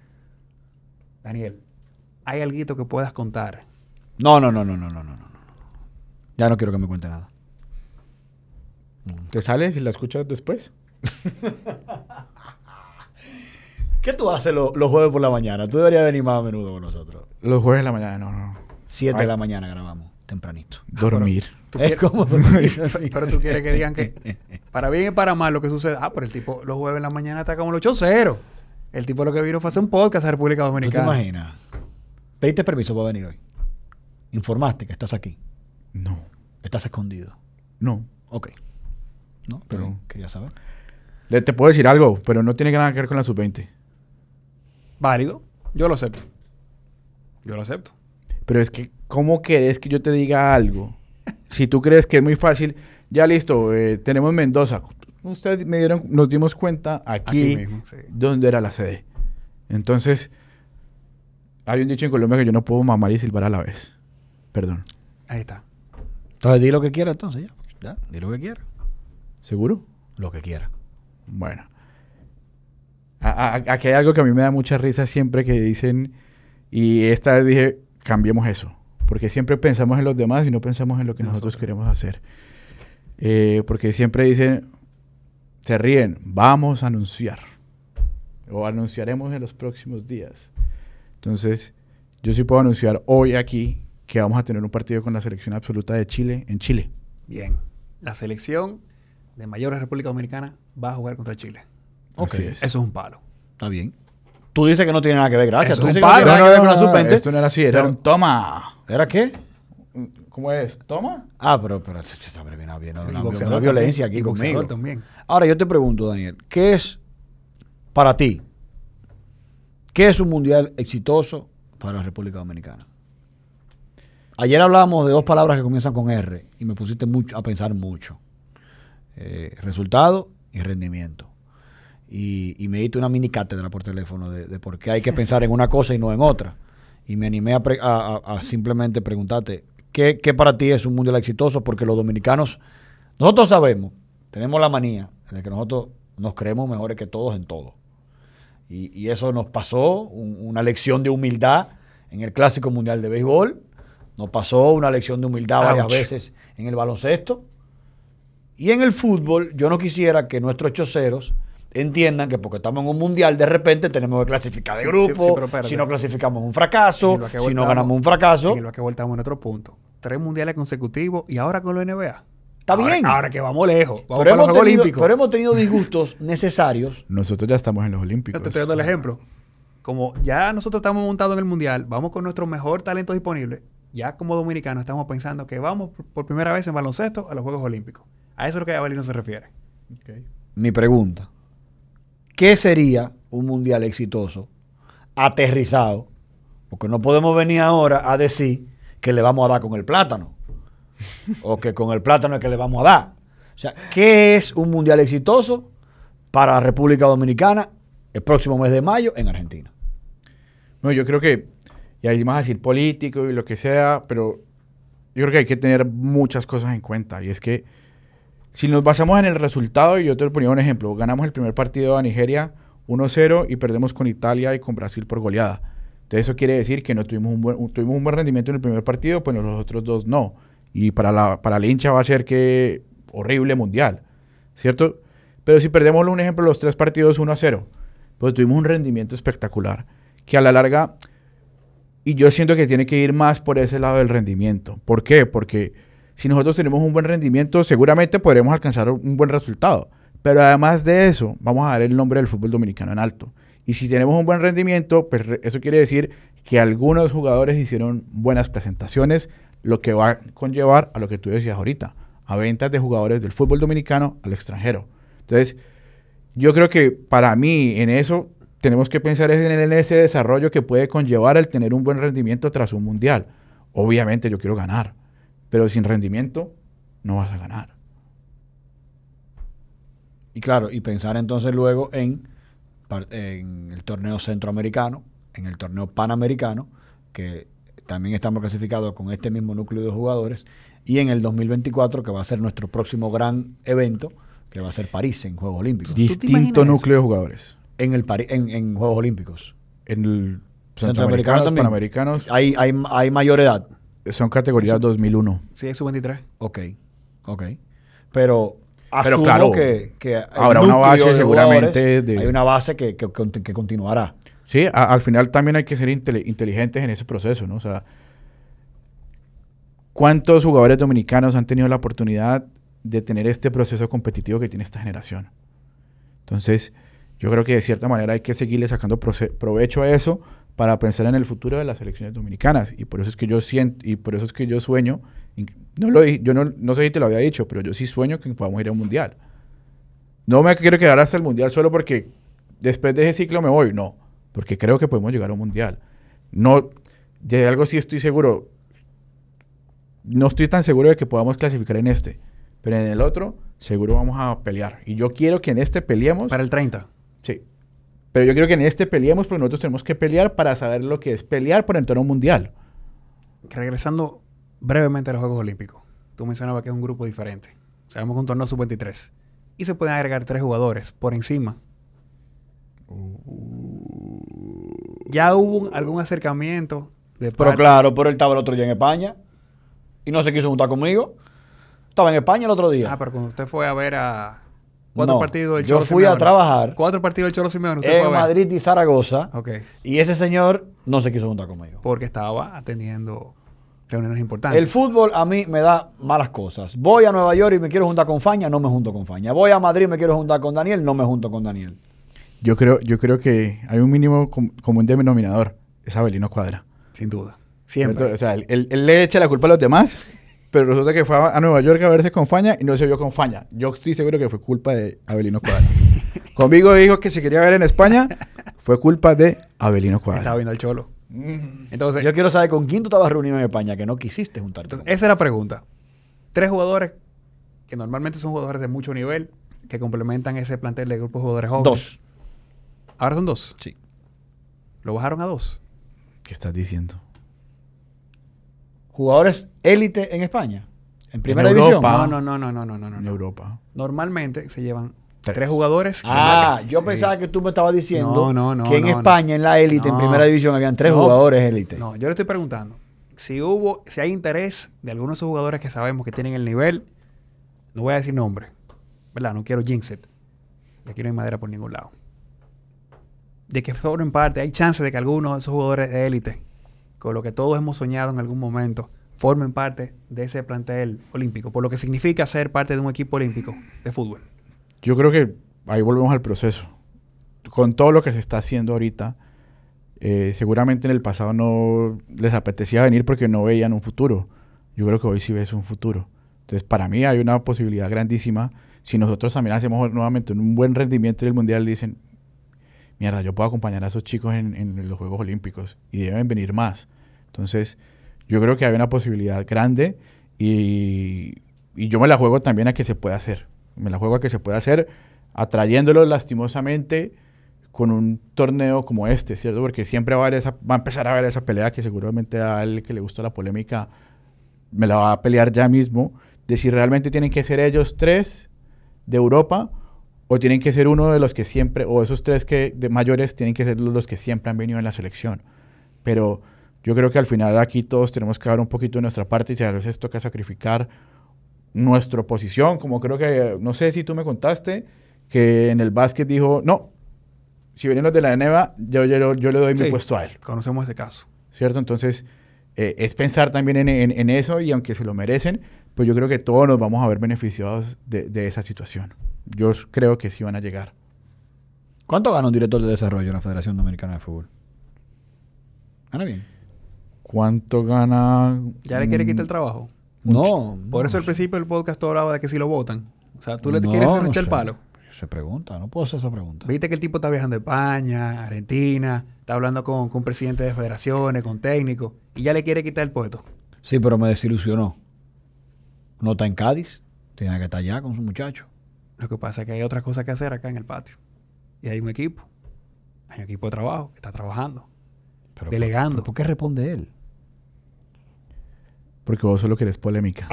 Daniel, ¿hay algo que puedas contar? No, no, no, no, no, no, no. Ya no quiero que me cuente nada. ¿Te sales y la escuchas después? ¿Qué tú haces lo, los jueves por la mañana? Tú deberías venir más a menudo con nosotros. Los jueves de la mañana, no, no. Siete Ay. de la mañana grabamos, tempranito. Dormir. ¿Tú es como dormir. pero, pero tú quieres que digan que para bien y para mal lo que sucede. Ah, pero el tipo los jueves en la mañana está como los choceros. El tipo lo que vino fue hacer un podcast a República Dominicana. ¿Tú te imaginas? ¿Pediste permiso para venir hoy? ¿Informaste que estás aquí? No. ¿Estás escondido? No. Ok. No, pero bien. Quería saber. Le, te puedo decir algo, pero no tiene nada que ver con la sub veinte. Válido. Yo lo acepto. Yo lo acepto. Pero es que, ¿cómo querés que yo te diga algo? Si tú crees que es muy fácil, ya listo, eh, tenemos Mendoza. Ustedes me dieron, nos dimos cuenta aquí, aquí mismo, sí. Donde era la sede. Entonces, hay un dicho en Colombia que yo no puedo mamar y silbar a la vez. Perdón. Ahí está. Entonces, di lo que quiera entonces ya. Ya, di lo que quiera. ¿Seguro? Lo que quiera. Bueno. A, a, aquí hay algo que a mí me da mucha risa siempre que dicen, y esta vez dije, cambiemos eso. Porque siempre pensamos en los demás y no pensamos en lo que nosotros, nosotros queremos hacer. Eh, porque siempre dicen, se ríen, vamos a anunciar. O anunciaremos en los próximos días. Entonces, yo sí puedo anunciar hoy aquí que vamos a tener un partido con la selección absoluta de Chile en Chile. Bien. La selección de mayores República Dominicana va a jugar contra Chile. Ok. Es. Eso es un palo. Está bien. Tú dices que no tiene nada que ver, gracias. Eso Tú es dices un que no palo. tiene nada No, que ver no, con la no, sub veinte. esto no era así, era pero, un toma. ¿Era qué? ¿Cómo es? ¿Toma? Ah, pero, pero está bien, bien, bien, no, Y una, boxeador una violencia también, aquí y boxeador conmigo. también. Ahora yo te pregunto, Daniel, ¿qué es para ti? ¿Qué es un mundial exitoso para la República Dominicana? Ayer hablábamos de dos palabras que comienzan con R y me pusiste mucho a pensar mucho. Eh, resultado y rendimiento. Y, y me diste una mini cátedra por teléfono de, de por qué hay que pensar en una cosa y no en otra. Y me animé a, pre, a, a, a simplemente preguntarte, ¿qué, ¿qué para ti es un mundial exitoso? Porque los dominicanos, nosotros sabemos, tenemos la manía de que nosotros nos creemos mejores que todos en todo. Y, y eso nos pasó un, una lección de humildad en el Clásico Mundial de Béisbol. Nos pasó una lección de humildad varias Ouch. veces en el baloncesto. Y en el fútbol, yo no quisiera que nuestros choceros entiendan que porque estamos en un mundial, de repente tenemos que clasificar de Sí, grupo. sí, sí, pero espérate. Si no clasificamos, un fracaso. En el basquetbol Si no estamos- ganamos, un fracaso. En el basquetbol estamos en otro punto. Tres mundiales consecutivos y ahora con la N B A. Está Ahora- bien. Ahora que vamos lejos. Vamos Pero para los hemos, Juegos tenido, Olímpicos. pero hemos tenido disgustos necesarios. Nosotros ya estamos en los Olímpicos. Yo te estoy dando el ejemplo. Como ya nosotros estamos montados en el mundial, vamos con nuestro mejor talento disponible. Ya como dominicanos estamos pensando que vamos por- por primera vez en baloncesto a los Juegos Olímpicos. A eso es lo que Avelino se refiere. Ok. Mi pregunta, ¿qué sería un mundial exitoso aterrizado? Porque no podemos venir ahora a decir que le vamos a dar con el plátano. O que con el plátano es que le vamos a dar. O sea, ¿qué es un mundial exitoso para la República Dominicana el próximo mes de mayo en Argentina? No, yo creo que, y ahí más a decir político y lo que sea, pero yo creo que hay que tener muchas cosas en cuenta. Y es que si nos basamos en el resultado, y yo te ponía un ejemplo, ganamos el primer partido a Nigeria uno cero y perdemos con Italia y con Brasil por goleada. Entonces eso quiere decir que no tuvimos un buen, un- tuvimos un buen rendimiento en el primer partido, pues los otros dos no. Y para la, para la hincha va a ser que horrible mundial, ¿cierto? Pero si perdemos un ejemplo, los tres partidos uno a cero, pues tuvimos un rendimiento espectacular, que a la larga, y yo siento que tiene que ir más por ese lado del rendimiento. ¿Por qué? Porque si nosotros tenemos un buen rendimiento, seguramente podremos alcanzar un buen resultado. Pero además de eso, vamos a dar el nombre del fútbol dominicano en alto. Y si tenemos un buen rendimiento, pues re- eso quiere decir que algunos jugadores hicieron buenas presentaciones, lo que va a conllevar a lo que tú decías ahorita, a ventas de jugadores del fútbol dominicano al extranjero. Entonces, yo creo que para mí en eso tenemos que pensar es en, el- en ese desarrollo que puede conllevar el tener un buen rendimiento tras un mundial. Obviamente yo quiero ganar, pero sin rendimiento no vas a ganar. Y claro, y pensar entonces luego en, par- en el torneo centroamericano, en el torneo panamericano, que también estamos clasificados con este mismo núcleo de jugadores, y en el dos mil veinticuatro, que va a ser nuestro próximo gran evento, que va a ser París en Juegos Olímpicos. te Distinto imaginas núcleo de jugadores. En, el Pari- en, en Juegos Olímpicos. En el Centroamericano centroamericanos, también. panamericanos, Hay, hay, hay mayor edad. son categorías dos mil uno. Sí, es sub veintitrés. Ok, ok. Pero Pero asumo claro, que, que el habrá una núcleo base de seguramente jugadores, de- hay una base que, que, que- que continuará. Sí, a- al final también hay que ser intele- inteligentes en ese proceso, ¿no? O sea, ¿cuántos jugadores dominicanos han tenido la oportunidad de tener este proceso competitivo que tiene esta generación? Entonces, yo creo que de cierta manera hay que seguirle sacando proce- provecho a eso para pensar en el futuro de las selecciones dominicanas. Y por eso es que yo siento, y por eso es que yo sueño, inc- no lo di- yo no, no sé si te lo había dicho, pero yo sí sueño que podamos ir a un mundial. No me quiero quedar hasta el mundial solo porque después de ese ciclo me voy, no, porque creo que podemos llegar a un mundial. No, de algo sí estoy seguro, no estoy tan seguro de que podamos clasificar en este, pero en el otro seguro vamos a pelear. Y yo quiero que en este peleemos. Para el treinta. Sí. Pero yo quiero que en este peleemos porque nosotros tenemos que pelear para saber lo que es pelear por entrar a un mundial. Regresando brevemente a los Juegos Olímpicos. Tú mencionabas que es un grupo diferente. Sabemos que es un torneo sub veintitrés. Y se pueden agregar tres jugadores por encima. ¿Ya hubo un- algún acercamiento de Pero parte- claro, pero él estaba el otro día en España y no se quiso juntar conmigo. Estaba en España el otro día. Ah, pero cuando usted fue a ver a cuatro No, partidos del yo Cholo fui a Simeone. trabajar Cuatro partidos del Cholo Simeone. Usted fue a en ver. Madrid y Zaragoza. Ok. Y ese señor no se quiso juntar conmigo. Porque estaba atendiendo reuniones importantes. El fútbol a mí me da malas cosas. Voy a Nueva York y me quiero juntar con Faña, no me junto con Faña. Voy a Madrid y me quiero juntar con Daniel, no me junto con Daniel. Yo creo, yo creo que hay un mínimo com- común denominador. Es Avelino Cuadra. Sin duda. Siempre. ¿Cierto? O sea, él, él- él le echa la culpa a los demás, pero resulta que fue a, a Nueva York a verse con Faña y no se vio con Faña. Yo estoy seguro que fue culpa de Avelino Cuadra. Conmigo dijo que se quería ver en España, fue culpa de Avelino Cuadra. Estaba viendo al Cholo. Entonces, Yo quiero saber con quién tú estabas reunido en España que no quisiste juntarte. entonces, con- esa es la pregunta. Tres jugadores que normalmente son jugadores de mucho nivel que complementan ese plantel de grupos de jugadores jóvenes. Dos. Ahora son dos. Sí. Lo bajaron a dos. ¿Qué estás diciendo? Jugadores élite en España. En primera En división. Europa. No, no, no, no, no, no, no. En no. Europa. Normalmente se llevan Tres. tres, jugadores. Ah, yo Sí. pensaba que tú me estabas diciendo No, no, no, que en no, España, en la élite, en no. primera división, habían tres No. jugadores élite. No, yo le estoy preguntando si hubo, si hay interés de algunos de esos jugadores que sabemos que tienen el nivel. No voy a decir nombre, ¿verdad? No quiero jinx it. Y aquí no hay madera por ningún lado. De que formen parte, hay chance de que algunos de esos jugadores de élite, con lo que todos hemos soñado en algún momento, formen parte de ese plantel olímpico, por lo que significa ser parte de un equipo olímpico de fútbol. Yo creo que ahí volvemos al proceso. Con todo lo que se está haciendo ahorita, eh, seguramente en el pasado no les apetecía venir porque no veían un futuro. Yo creo que hoy sí ves un futuro. Entonces, para mí hay una posibilidad grandísima. Si nosotros también hacemos nuevamente un buen rendimiento en el Mundial, dicen, mierda, yo puedo acompañar a esos chicos en, en los Juegos Olímpicos y deben venir más. Entonces, yo creo que hay una posibilidad grande y, y yo me la juego también a que se pueda hacer. Me la juego a que se pueda hacer atrayéndolos lastimosamente con un torneo como este, ¿cierto? Porque siempre va a, haber esa, va a empezar a haber esa pelea que seguramente a él que le gusta la polémica me la va a pelear ya mismo, de si realmente tienen que ser ellos tres de Europa o tienen que ser uno de los que siempre, o esos tres que de mayores tienen que ser los que siempre han venido en la selección. Pero yo creo que al final aquí todos tenemos que dar un poquito de nuestra parte y si a veces toca sacrificar nuestra posición, como creo que, no sé si tú me contaste, que en el básquet dijo, no, si vienen los de la N B A, yo, yo, yo le doy Sí, mi puesto a él, Conocemos ese caso. ¿cierto? Entonces, eh, es pensar también en, en, en eso y aunque se lo merecen, pues yo creo que todos nos vamos a ver beneficiados de, de esa situación. Yo creo que sí van a llegar. ¿Cuánto gana un director de desarrollo en la Federación Dominicana de Fútbol? ¿Gana bien? ¿Cuánto gana? ¿Ya le quiere Mm, quitar el trabajo? No. Por no, eso al sé. principio del podcast tú hablabas de que si lo votan. O sea, tú le No, quieres no arrechar el sé. palo. Se pregunta, no puedo hacer esa pregunta. Viste que el tipo está viajando a España, Argentina, está hablando con, con presidentes de federaciones, con técnicos, y ya le quiere quitar el puesto. Sí, pero me desilusionó. No está en Cádiz, tiene que estar allá con su muchacho. Lo que pasa es que hay otras cosas que hacer acá en el patio. Y hay un equipo. Hay un equipo de trabajo que está trabajando, Pero, delegando. ¿Por, por qué responde él? Porque vos solo querés polémica.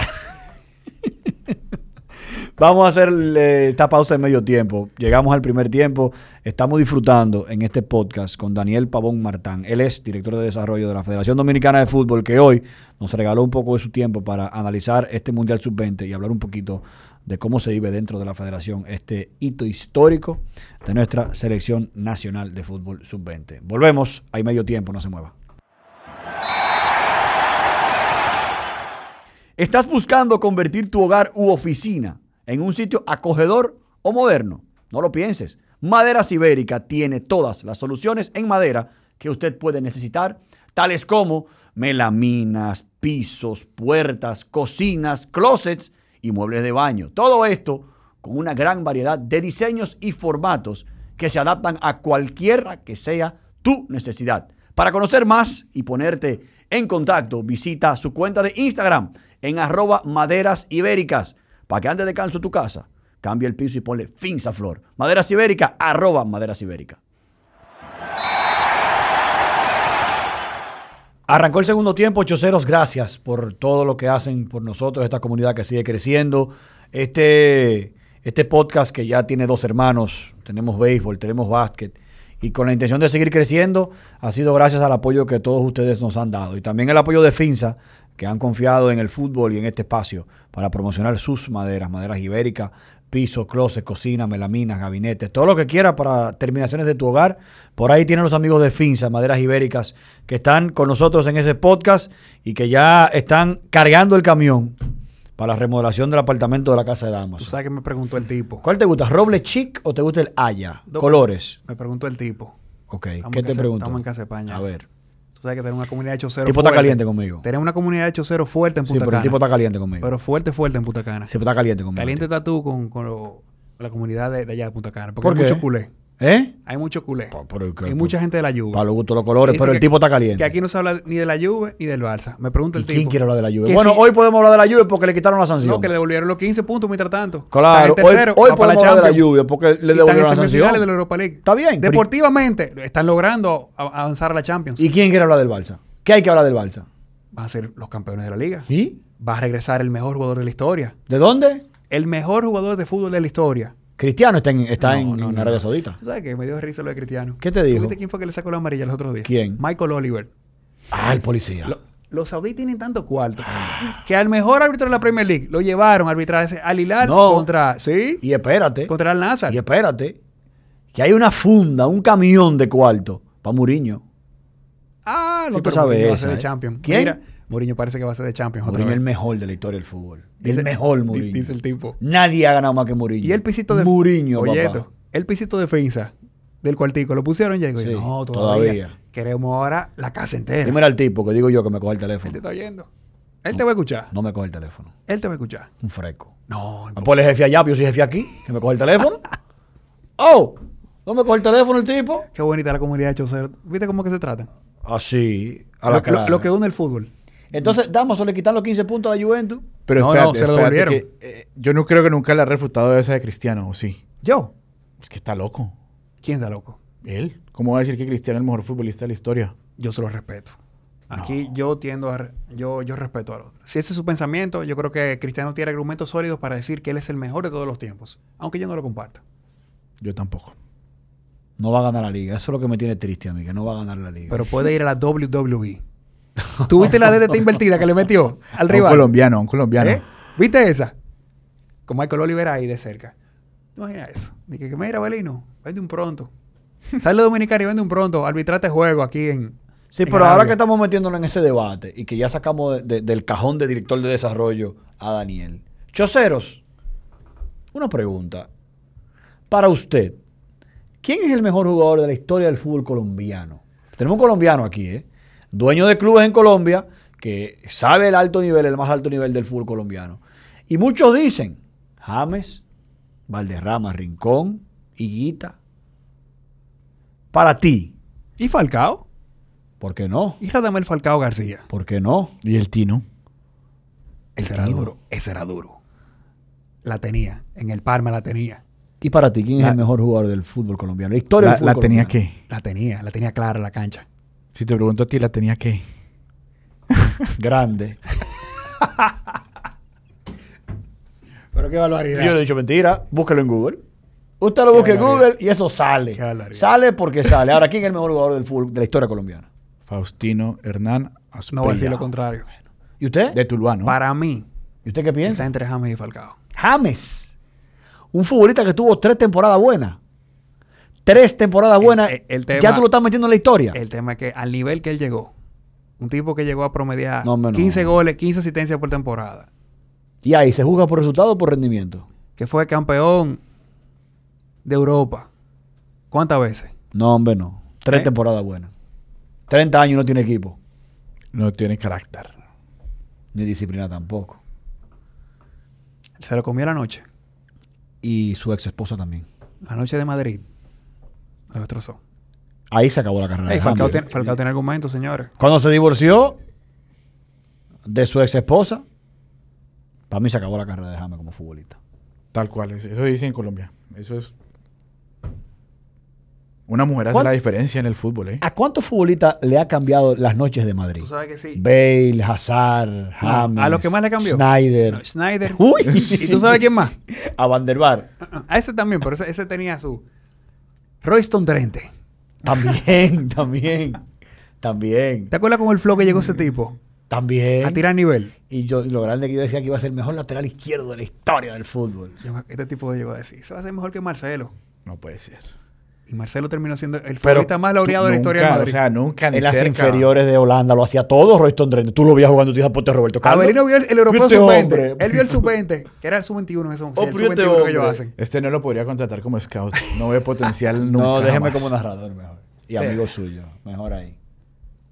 Vamos a hacer eh, esta pausa de medio tiempo. Llegamos al primer tiempo. Estamos disfrutando en este podcast con Daniel Pavón Martán. Él es director de desarrollo de la Federación Dominicana de Fútbol, que hoy nos regaló un poco de su tiempo para analizar este Mundial sub veinte y hablar un poquito de cómo se vive dentro de la federación este hito histórico de nuestra selección nacional de fútbol sub veinte. Volvemos, hay medio tiempo, no se mueva. ¿Estás buscando convertir tu hogar u oficina en un sitio acogedor o moderno? No lo pienses. Maderas Ibérica tiene todas las soluciones en madera que usted puede necesitar, tales como melaminas, pisos, puertas, cocinas, closets y muebles de baño. Todo esto con una gran variedad de diseños y formatos que se adaptan a cualquiera que sea tu necesidad. Para conocer más y ponerte en contacto, visita su cuenta de Instagram en arroba maderas ibéricas, para que antes de canso tu casa, cambie el piso y ponle Finza Flor. Maderas Ibérica, arroba Maderas Ibérica. Arrancó el segundo tiempo, ocho ceros. Gracias por todo lo que hacen por nosotros, esta comunidad que sigue creciendo. Este, este podcast que ya tiene dos hermanos, tenemos béisbol, tenemos básquet, y con la intención de seguir creciendo, ha sido gracias al apoyo que todos ustedes nos han dado. Y también el apoyo de Finza, que han confiado en el fútbol y en este espacio para promocionar sus maderas, maderas ibéricas, pisos, closet, cocina, melaminas, gabinetes, todo lo que quiera para terminaciones de tu hogar. Por ahí tienen los amigos de Finza, Maderas Ibéricas, que están con nosotros en ese podcast y que ya están cargando el camión para la remodelación del apartamento de la casa de damas. Tú sabes que me preguntó el tipo. ¿Cuál te gusta, roble chic o te gusta el haya? Dos Colores. Me preguntó el tipo. Ok, Estamos ¿qué en te casa- preguntó? Estamos en casa de España. A ver. Tú sabes que tenemos una comunidad de El choceros tipo fuerte. está caliente conmigo. Tenemos una comunidad de choceros fuerte en Sí, Punta pero Cana. el tipo está caliente conmigo. Pero fuerte, fuerte en Punta Cana. Sí, pero está caliente conmigo. Caliente el tipo. está tú con, con, lo- con la comunidad de, de allá de Punta Cana. Porque ¿Por hay qué? mucho culé. ¿Eh? Hay mucho culé. Pa- pero que- Hay mucha gente de la Juve. Para los gustos los colores, Dice pero el que- tipo está caliente. Que aquí no se habla ni de la Juve ni del Barça. Me pregunta ¿Y el tipo. quién quiere hablar de la Juve? que Bueno, si- hoy podemos hablar de la Juve porque le quitaron la sanción. No, que le devolvieron los quince puntos mientras tanto. Claro, Están en hoy, tercero, hoy va para podemos hablar de la Champions. Juve porque le Y están devolvieron en la sanción. semifinales de la Europa League. Está bien. pero- Deportivamente están logrando a- avanzar a la Champions. ¿Y quién quiere hablar del Barça? ¿Qué hay que hablar del Barça? Van a ser los campeones de la liga. ¿Sí? Va a regresar el mejor jugador de la historia. ¿De dónde? El mejor jugador de fútbol de la historia. Cristiano está en, está No, en, no, en no, Arabia no. Saudita. ¿Tú sabes qué? Me dio risa lo de Cristiano. ¿Qué te dijo? ¿Tú viste quién fue que le sacó la amarilla los otros días? ¿Quién? Michael Oliver. Ah, el policía. Lo- los saudíes tienen tanto cuarto que al mejor árbitro de la Premier League lo llevaron a arbitrar ese Al Hilal No. contra... ¿Sí? Y espérate. Contra el Nazar. Y espérate. Que hay una funda, un camión de cuarto para Muriño. Ah, no Sí, te pero sabes Mourinho va a esa, ser de ¿eh? Champions. ¿Quién? Mira, Mourinho parece que va a ser de Champions otra Mourinho es el vez. mejor de la historia del fútbol. Dice- el mejor di- Mourinho. Dice el tipo. Nadie ha ganado más que Mourinho. Y el pisito de... Mourinho, Oye, papá. esto, el pisito de defensa del cuartico, ¿lo pusieron ya? Y digo, Sí, no, todavía. todavía. Queremos ahora la casa entera. Dime al tipo que digo yo que me coge el Él teléfono. te está oyendo. Él te va a escuchar. No me coge el teléfono. Él te va a escuchar. Un fresco. No, Ah, pues el jefe allá, pero yo soy jefe aquí. Que me coge el teléfono. Oh, no me coge el teléfono el tipo. Qué bonita la comunidad de choceros. ¿Viste cómo que se tratan? Así. A Lo, la lo- clara. lo que une el fútbol. Entonces, Damaso le quitan los quince puntos a la Juventus. Pero No, espérate, no, se lo espérate devolvieron. que, eh, yo no creo que nunca le ha refutado esa de Cristiano, ¿o sí? ¿Yo? Es que está loco. ¿Quién está loco? ¿Él? ¿Cómo va a decir que Cristiano es el mejor futbolista de la historia? Yo se lo respeto. Aquí yo tiendo a... re- Yo, yo respeto al otro. Si ese es su pensamiento, yo creo que Cristiano tiene argumentos sólidos para decir que él es el mejor de todos los tiempos. Aunque yo no lo comparta. Yo tampoco. No va a ganar la liga. Eso es lo que me tiene triste a mí, que no va a ganar la liga. Pero puede ir a la W W E. ¿Tú viste la D D T invertida que le metió al A un rival? colombiano, a un colombiano. ¿Eh? ¿Viste esa? Con Michael Oliver ahí de cerca. ¿Te imaginas eso? Dije que mira, Belino, vende un pronto. Sale dominicano y vende un pronto. Arbitrate juego aquí en... Sí, en pero ahora Arabia. que estamos metiéndonos en ese debate y que ya sacamos de- de- del cajón de director de desarrollo a Daniel. Choceros, una pregunta. Para usted, ¿quién es el mejor jugador de la historia del fútbol colombiano? Tenemos un colombiano aquí, ¿eh? Dueño de clubes en Colombia, que sabe el alto nivel, el más alto nivel del fútbol colombiano. Y muchos dicen, James, Valderrama, Rincón, Higuita. Para ti, ¿Y Falcao? ¿por qué no? ¿Y Radamel Falcao García? ¿Por qué no? Y el Tino. Ese era duro. Ese era duro. La tenía. En el Parma la tenía. Y para ti, ¿quién es La- el mejor jugador del fútbol colombiano? La historia La, del fútbol la tenía colombiano. que. La tenía. La tenía clara la cancha. Si te pregunto a ti, la tenía que. Grande. Pero qué barbaridad. Yo le he dicho mentira. Búsquelo en Google. Usted lo Qué busca en barbaridad. Google y eso sale. Qué barbaridad. Sale porque sale. Ahora, ¿quién es el mejor jugador del fútbol de la historia colombiana? Faustino Hernán Asprilla. No voy a decir lo contrario. ¿Y usted? De Tuluá, ¿no? Para mí, ¿Y usted qué está piensa? entre James y Falcao. James. Un futbolista que tuvo tres temporadas buenas. Tres temporadas El- buenas. el- el tema- ya tú lo estás metiendo en la historia. El tema es que al nivel que él llegó, un tipo que llegó a promediar No, hombre, no. quince goles, quince asistencias por temporada, Y ahí, ¿se juzga por resultado o por rendimiento? que fue campeón de Europa. ¿Cuántas veces? No, hombre, no. Tres ¿Eh? temporadas buenas. treinta años no tiene equipo. No tiene carácter. Ni disciplina tampoco. Se lo comió la noche. Y su ex esposa también. La noche de Madrid. Lo destrozó. Ahí se acabó la carrera. Ey, de Falcao, James. tiene, Falcao tiene argumentos, señores. Cuando se divorció de su ex esposa, para mí se acabó la carrera de James como futbolista. Tal cual. es- Eso dice en Colombia. Eso es. Una mujer hace ¿Cuál- la diferencia en el fútbol, ¿eh? ¿A cuántos futbolistas le ha cambiado las noches de Madrid? Tú sabes que sí. Bale, Hazard, James, a lo que más le cambió. Snyder, No, Snyder. Uy. ¿Y tú sabes quién más? a Van der Vaart. A ese también, pero ese, ese tenía su... Royston Drenthe. También, también, también, ¿Te acuerdas con el flow que llegó ese tipo? también. A tirar nivel. Y yo, y lo grande que yo decía que iba a ser el mejor lateral izquierdo de la historia del fútbol. Yo me- Este tipo llegó a decir, se va a hacer mejor que Marcelo. No puede ser. Y Marcelo terminó siendo el futbolista más laureado de la Nunca, historia del Madrid. O sea, nunca ni En las cerca. inferiores de Holanda lo hacía todo Royston Drenthe. Tú lo veías jugando, tú dices, ponte Roberto Carlos. Abelino vio el, el europeo Este sub veinte. hombre. Él vio el sub veinte, que era el sub veintiuno en eso. Oh, el pero sub este veintiuno que ellos hombre. hacen. Este no lo podría contratar como scout. No ve potencial nunca. No, déjeme jamás. como narrador mejor. Y amigo suyo, mejor ahí.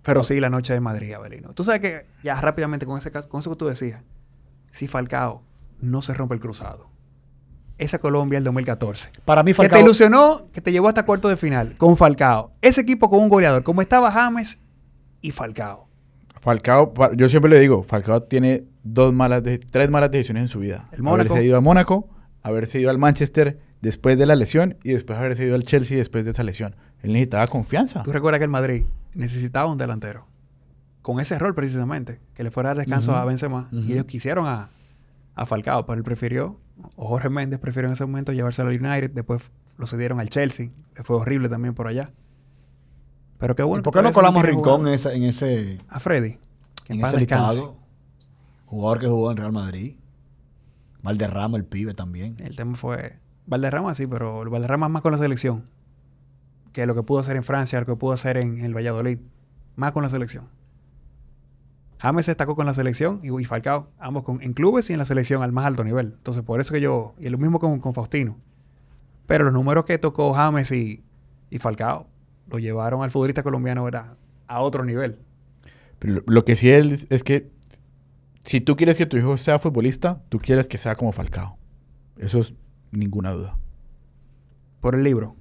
Pero sí, la noche de Madrid, Abelino. Tú sabes que, ya rápidamente, con, ese, con eso que tú decías, si Falcao no se rompe el cruzado. Esa Colombia del dos mil catorce. Para mí, Falcao. Que te ilusionó, que te llevó hasta cuarto de final con Falcao. Ese equipo con un goleador, como estaba James y Falcao. Falcao, yo siempre le digo, Falcao tiene dos malas, de, tres malas decisiones en su vida. El Mónaco. Haberse ido a Mónaco, haberse ido al Manchester después de la lesión y después haberse ido al Chelsea después de esa lesión. Él necesitaba confianza. ¿Tú recuerdas que el Madrid necesitaba un delantero? Con ese rol precisamente, que le fuera a dar descanso uh-huh. a Benzema. Uh-huh. Y ellos quisieron a, a Falcao, pero él prefirió, o Jorge Méndez prefirió en ese momento llevárselo al United, después lo cedieron al Chelsea, le fue horrible también por allá. Pero qué bueno. ¿Por qué no colamos Rincón en ese, en ese... A Freddy. En ese listado. Jugador que jugó en Real Madrid. Valderrama, el pibe también. El tema fue... Valderrama sí, pero el Valderrama más con la selección. Que lo que pudo hacer en Francia, lo que pudo hacer en el Valladolid. Más con la selección. James se destacó con la selección y, y Falcao. Ambos con, en clubes y en la selección al más alto nivel. Entonces, por eso que yo... Y lo mismo con, con Faustino. Pero los números que tocó James y, y Falcao lo llevaron al futbolista colombiano era a otro nivel. Pero lo que sí es, es que si tú quieres que tu hijo sea futbolista, tú quieres que sea como Falcao. Eso es ninguna duda. Por el libro.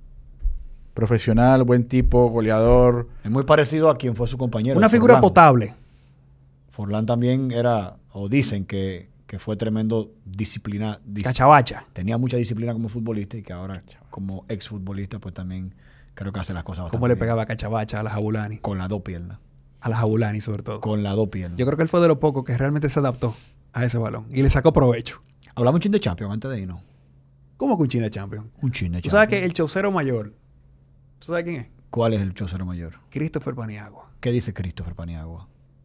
Profesional, buen tipo, goleador. Es muy parecido a quien fue su compañero. Una figura Forlán. potable. Forlán también era, o dicen que, que fue tremendo disciplina. Dis, Cachabacha. Tenía mucha disciplina como futbolista y que ahora como exfutbolista pues también creo que hace las cosas bastante ¿Cómo le bien. pegaba Cachabacha a la Jabulani? Con las dos piernas. A la Jabulani sobre todo. Con las dos piernas. Yo creo que él fue de los pocos que realmente se adaptó a ese balón y le sacó provecho. Hablamos un chin de Champions antes de irnos. ¿Cómo que un chin de Champions? Un chin de Champions. ¿Tú sabes que el chaucero mayor? ¿Tú sabes quién es? ¿Cuál es el chaucero mayor? Christopher Paniagua. ¿Qué dice Christopher Paniagua?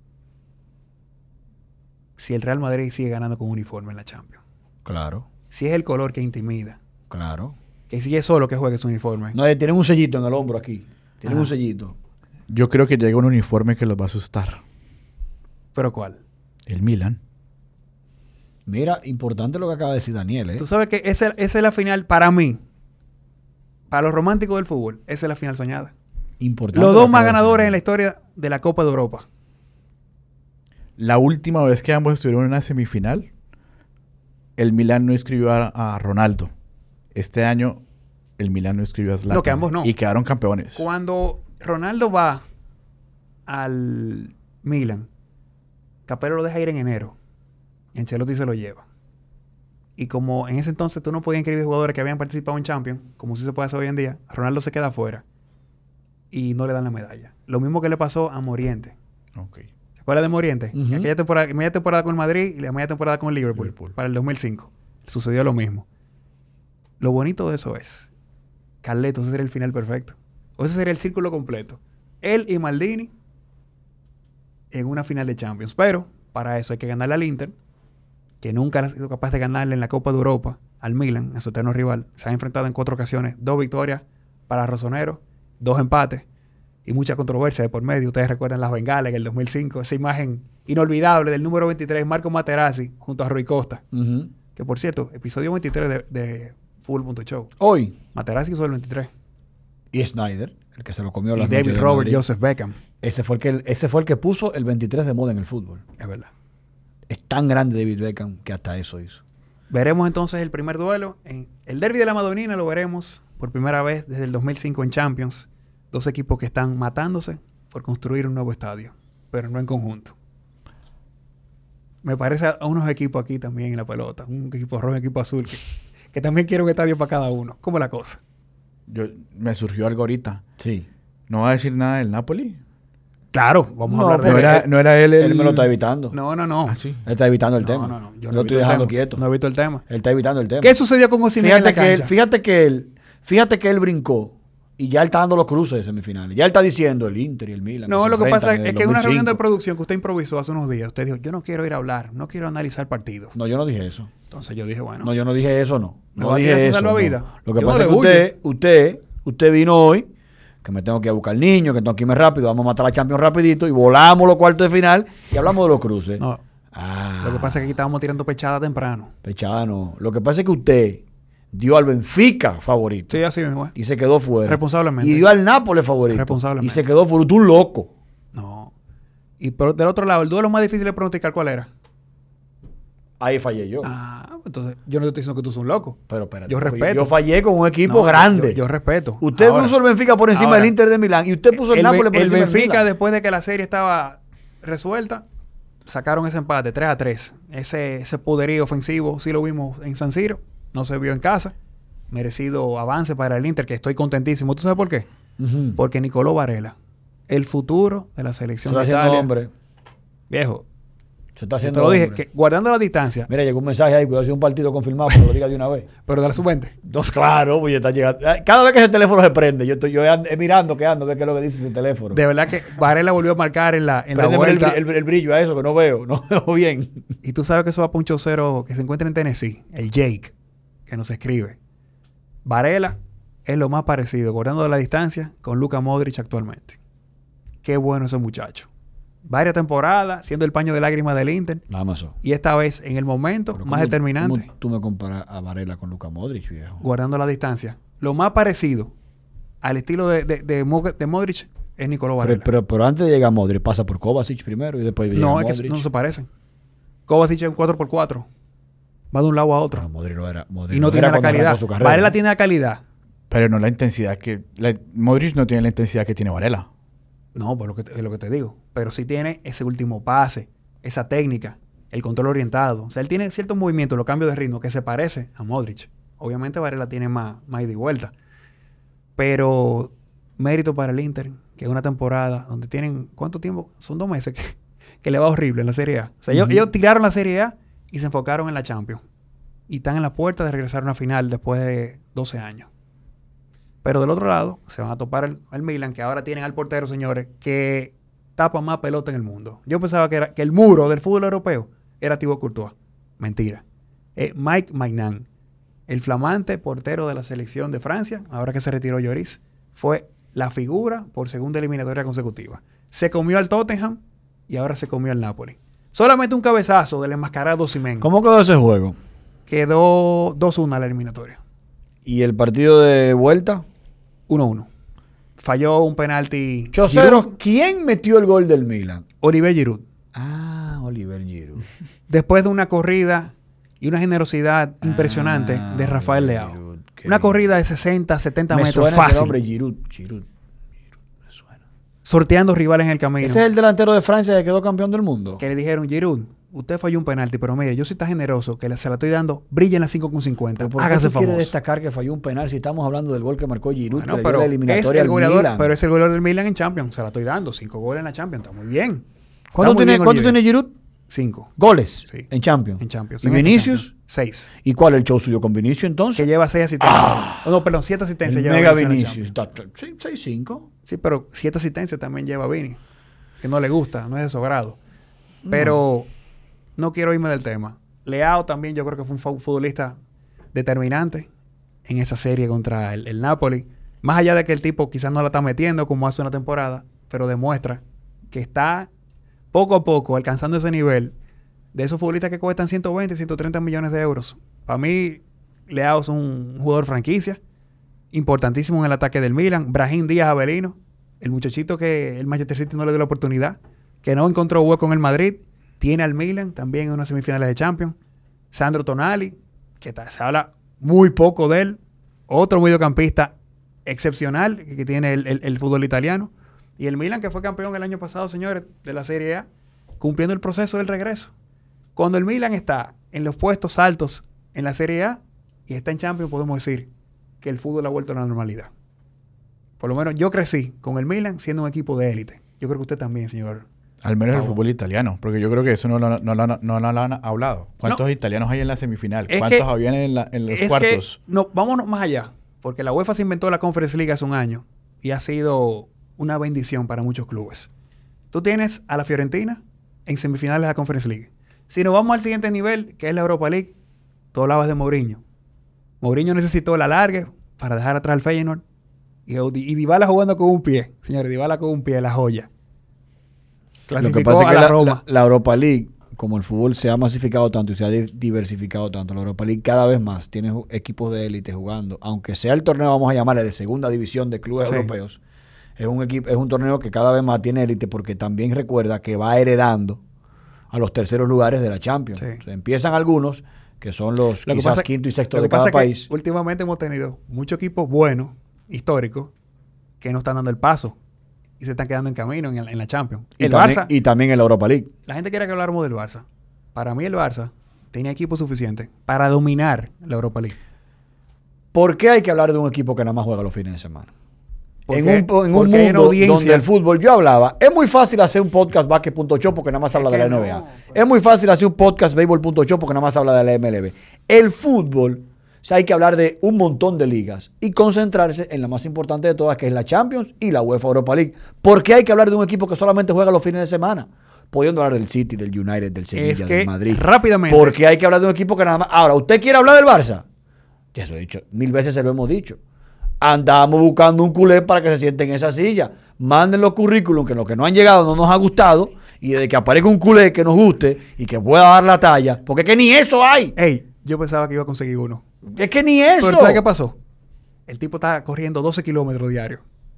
Si el Real Madrid sigue ganando con uniforme en la Champions. Claro. Si es el color que intimida. Claro. Que si es solo que juegue su uniforme. No, tienen un sellito en el hombro aquí. Tienen Ajá. un sellito. Yo creo que llega un uniforme que los va a asustar. ¿Pero cuál? El Milan. Mira, importante lo que acaba de decir Daniel, ¿eh? Tú sabes que esa, esa es la final para mí. Para los románticos del fútbol, esa es la final soñada. Importante. Los dos más ganadores en la historia de la Copa de Europa. La última vez que ambos estuvieron en una semifinal, el Milan no inscribió a, a Ronaldo. Este año, el Milan no inscribió a Zlatan. No, que ambos no. Y quedaron campeones. Cuando Ronaldo va al Milan, Capello lo deja ir en enero. Y Ancelotti se lo lleva. Y como en ese entonces tú no podías inscribir jugadores que habían participado en Champions, como si se puede hacer hoy en día, Ronaldo se queda afuera. Y no le dan la medalla. Lo mismo que le pasó a Moriente. Okay. ¿Se acuerda de Moriente? Uh-huh. Aquella temporada, media temporada con el Madrid y la media temporada con el Liverpool, Liverpool. para el dos mil cinco. Sucedió lo mismo. Lo bonito de eso es, Carleto, ese sería el final perfecto. O ese sería el círculo completo. Él y Maldini en una final de Champions. Pero para eso hay que ganarle al Inter, que nunca ha sido capaz de ganarle en la Copa de Europa al Milan, a su eterno rival. Se han enfrentado en cuatro ocasiones. Dos victorias para Rossonero, dos empates y mucha controversia de por medio. Ustedes recuerdan las bengalas en el dos mil cinco, esa imagen inolvidable del número veintitrés, Marco Materazzi, junto a Rui Costa. Uh-huh. Que por cierto, episodio veintitrés de, de Fútbol punto show. Hoy. Materazzi hizo el veintitrés. Y Snyder, el que se lo comió y la David Robert Joseph Beckham. Ese fue, el que, ese fue el que puso el veintitrés de moda en el fútbol. Es verdad. Es tan grande David Beckham que hasta eso hizo. Veremos entonces el primer duelo. En el Derby de la Madonina lo veremos por primera vez desde el dos mil cinco en Champions. Dos equipos que están matándose por construir un nuevo estadio, pero no en conjunto. Me parece a unos equipos aquí también en la pelota. Un equipo rojo y un equipo azul que, que también quiere un estadio para cada uno. ¿Cómo es la cosa? Yo, me surgió algo ahorita. Sí. ¿No va a decir nada del Napoli? Claro, vamos no, a hablar no de era, eso. no era él el... Él me lo está evitando. No, no, no. Ah, sí. Él está evitando el no, tema. No, no, Yo lo estoy dejando quieto. No he visto el tema. Él está evitando el tema. ¿Qué sucedió con Osimhen en la Fíjate que él, cancha? fíjate que él, fíjate que él brincó y ya él está dando los cruces de semifinales. Ya él está diciendo el Inter y el Milan. No, que lo que pasa es es que en una reunión de producción que usted improvisó hace unos días, usted dijo, yo no quiero ir a hablar, no quiero analizar partidos. No, yo no dije eso. Entonces yo dije, bueno. No, yo no dije eso, no. ¿Me No va a dije tirar su eso. salvavidas? No. Lo que Yo pasa no es le que usted, usted, usted vino hoy, que me tengo que ir a buscar al niño, que tengo que irme rápido, vamos a matar a la Champions rapidito y volamos los cuartos de final y hablamos de los cruces. No. Ah, Lo que pasa es que aquí estábamos tirando pechada temprano. Pechada no. Lo que pasa es que usted dio al Benfica favorito. Sí, así mismo. Y se quedó fuera. Responsablemente. Y dio al Nápoles favorito. Responsablemente. Y se quedó fuera. Tú un loco. Y por, del otro lado, el duelo más difícil de pronosticar, ¿cuál era? Ahí fallé yo. Ah, entonces yo no te estoy diciendo que tú sos un loco. Pero espérate. Yo respeto. Yo fallé con un equipo No, grande. Yo, yo respeto. Usted Ahora, puso el Benfica por encima ahora, del Inter de Milán y usted puso el, el Nápoles por el encima del Benfica, Milan. después de que la serie estaba resuelta, sacaron ese empate tres a tres. Ese, ese poderío ofensivo sí lo vimos en San Siro. No se vio en casa. Merecido avance para el Inter, que estoy contentísimo. ¿Tú sabes por qué? Uh-huh. Porque Nicolò Varela, el futuro de la selección Se está de haciendo Italia. hombre. Viejo, Se está yo haciendo te lo dije, hombre. que guardando la distancia, Mira, llegó un mensaje ahí, cuidado si es un partido confirmado, pero lo diga de una vez. pero dale su veinte. Dos, claro, pues ya está llegando. Cada vez que ese teléfono se prende, yo estoy yo ando, eh, mirando, que ando, ve qué es lo que dice ese teléfono. De verdad que Varela volvió a marcar en la, en la Préndeme el, vuelta. bri- el, el brillo a eso, que no veo, no veo bien. Y tú sabes que eso va para un chocero que se encuentra en Tennessee, el Jake, que nos escribe. Varela es lo más parecido, guardando la distancia, con Luka Modric actualmente. Qué bueno ese muchacho. Varias temporadas, siendo el paño de lágrimas del Inter. Nada más eso. Y esta vez, en el momento Pero más ¿cómo- determinante, cómo tú me comparas a Varela con Luka Modric, viejo? guardando la distancia. Lo más parecido al estilo de, de, de, Mo- de Modric es Nicolò Pero, Varela. pero, pero antes de llegar a Modric, pasa por Kovacic primero y después llega no, es Modric. que no se parecen. Kovacic es un cuatro por cuatro. Va de un lado a otro. Pero Modric no era. Modric Y no no tiene era la cuando calidad. arrancó su carrera. Varela tiene la calidad. Pero no la intensidad que... La, Modric no tiene la intensidad que tiene Varela. No, por lo que te, es lo que te digo. Pero sí tiene ese último pase, esa técnica, el control orientado. O sea, él tiene ciertos movimientos, los cambios de ritmo que se parece a Modric. Obviamente Varela tiene más, más ida y vuelta. Pero mérito para el Inter, que es una temporada donde tienen... ¿Cuánto tiempo? Son dos meses que, que le va horrible en la Serie A. O sea, ellos, Ujú. ellos tiraron la Serie A y se enfocaron en la Champions. Y están en la puerta de regresar a una final después de doce años. Pero del otro lado, se van a topar el, el Milan, que ahora tienen al portero, señores, que tapa más pelota en el mundo. Yo pensaba que, era, que el muro del fútbol europeo era Thibaut Courtois. Mentira. Eh, Mike Maignan, el flamante portero de la selección de Francia, ahora que se retiró Lloris, fue la figura por segunda eliminatoria consecutiva. Se comió al Tottenham y ahora se comió al Napoli. Solamente un cabezazo del enmascarado Osimhen. ¿Cómo quedó ese juego? Quedó dos uno a la eliminatoria. ¿Y el partido de vuelta? uno uno. Falló un penalti. Chocero, Giroud. ¿quién metió el gol del Milan? Oliver Giroud. Ah, Oliver Giroud. Después de una corrida y una generosidad impresionante Ah, de Rafael Oliver Leao. Giroud, qué Una bien. corrida de sesenta, setenta Me metros suena ese fácil. nombre, Giroud. Giroud. Giroud. Me suena. Sorteando rivales en el camino. Ese es el delantero de Francia que quedó campeón del mundo. Que le dijeron, Giroud, usted falló un penalti, pero mire, yo soy tan generoso que le- se la estoy dando, brilla en la cinco con cincuenta. ¿Pero por qué Hágase tú quieres famoso. destacar que falló un penal si estamos hablando del gol que marcó Giroud, Bueno, que le dio pero la es eliminatoria el al goleador, Milan? pero es el goleador del Milan en Champions. Se la estoy dando. Cinco goles en la Champions. Está muy bien. Está ¿Cuánto, muy tiene, bien ¿cuánto Oliver. tiene Giroud? Cinco. Goles Sí. en Champions. En Champions. ¿Y En esta Vinicius? Champions. Seis. ¿Y cuál es el show suyo con Vinicius Que entonces? lleva seis asistencias. Oh, no, perdón, siete asistencias El lleva mega Vinicius en la Vinicius. Champions. Está- Sí, seis cinco. Sí, pero siete asistencias también lleva Vini. Que no le gusta, no es de su grado. Pero no quiero irme del tema. Leao también yo creo que fue un fu- futbolista determinante en esa serie contra el, el Napoli. Más allá de que el tipo quizás no la está metiendo como hace una temporada, pero demuestra que está poco a poco alcanzando ese nivel de esos futbolistas que cuestan ciento veinte, ciento treinta millones de euros. Para mí, Leao es un jugador franquicia, importantísimo en el ataque del Milan. Brahim Díaz Avelino, el muchachito que el Manchester City no le dio la oportunidad, que no encontró hueco en el Madrid, tiene al Milan también en unas semifinales de Champions. Sandro Tonali, que ta- se habla muy poco de él, otro mediocampista excepcional que, que tiene el, el- el fútbol italiano. Y el Milan, que fue campeón el año pasado, señores, de la Serie A, cumpliendo el proceso del regreso. Cuando el Milan está en los puestos altos en la Serie A y está en Champions, podemos decir que el fútbol ha vuelto a la normalidad. Por lo menos yo crecí con el Milan siendo un equipo de élite. Yo creo que usted también, señor. Al menos el Pavo. fútbol italiano. Porque yo creo que eso no lo no, no, no, no lo han hablado. ¿Cuántos No. italianos hay en la semifinal? Es ¿Cuántos que- habían en, la- en los Es cuartos? que, no, vámonos más allá. Porque la UEFA se inventó la Conference League hace un año y ha sido una bendición para muchos clubes. Tú tienes a la Fiorentina en semifinales de la Conference League. Si nos vamos al siguiente nivel, que es la Europa League, tú hablabas de Mourinho. Mourinho necesitó la largue para dejar atrás al Feyenoord. Y, y Dybala jugando con un pie. Señores, Dybala con un pie, la joya. Lo Clasificó que pasa es a que la, la, Roma. la- la Europa League, como el fútbol se ha masificado tanto y se ha di- diversificado tanto, la Europa League cada vez más tiene ju- equipos de élite jugando, aunque sea el torneo, vamos a llamarle, de segunda división de clubes Sí. europeos. Es un equipo, es un torneo que cada vez más tiene élite porque también recuerda que va heredando a los terceros lugares de la Champions. Sí. O sea, empiezan algunos que son los Lo que quizás pasa- quinto y sexto lo de que pasa cada es que país. últimamente hemos tenido muchos equipos buenos, históricos, que no están dando el paso y se están quedando en camino en, el- en la Champions. Y El también, Barça, y también en la Europa League. la gente quiere que habláramos del Barça. Para mí el Barça tenía equipo suficiente para dominar la Europa League. ¿Por qué hay que hablar de un equipo que nada más juega los fines de semana? Porque- En un, en un porque hay una mundo audiencia. donde el fútbol, yo hablaba, es muy fácil hacer un podcast basket punto show porque nada más habla Es de la que N B A. no, Es muy fácil hacer un podcast béisbol punto show porque nada más habla de la M L B. El fútbol, o sea, hay que hablar de un montón de ligas y concentrarse en la más importante de todas, que es la Champions y la UEFA Europa League. ¿Por qué hay que hablar de un equipo que solamente juega los fines de semana? Pudiendo hablar del City, del United, del Sevilla, Es que del Madrid. rápidamente- ¿Por qué hay que hablar de un equipo que nada más... Ahora, ¿usted quiere hablar del Barça? Ya se lo he dicho, mil veces se lo hemos dicho. Andamos buscando un culé para que se siente en esa silla. Manden los currículums que los que no han llegado no nos ha gustado. Y desde que aparezca un culé que nos guste y que pueda dar la talla. Porque es que ni eso hay. Ey, yo pensaba que iba a conseguir uno. Es que ni eso. Pero ¿tú ¿sabes qué pasó? El tipo está corriendo doce kilómetros diarios.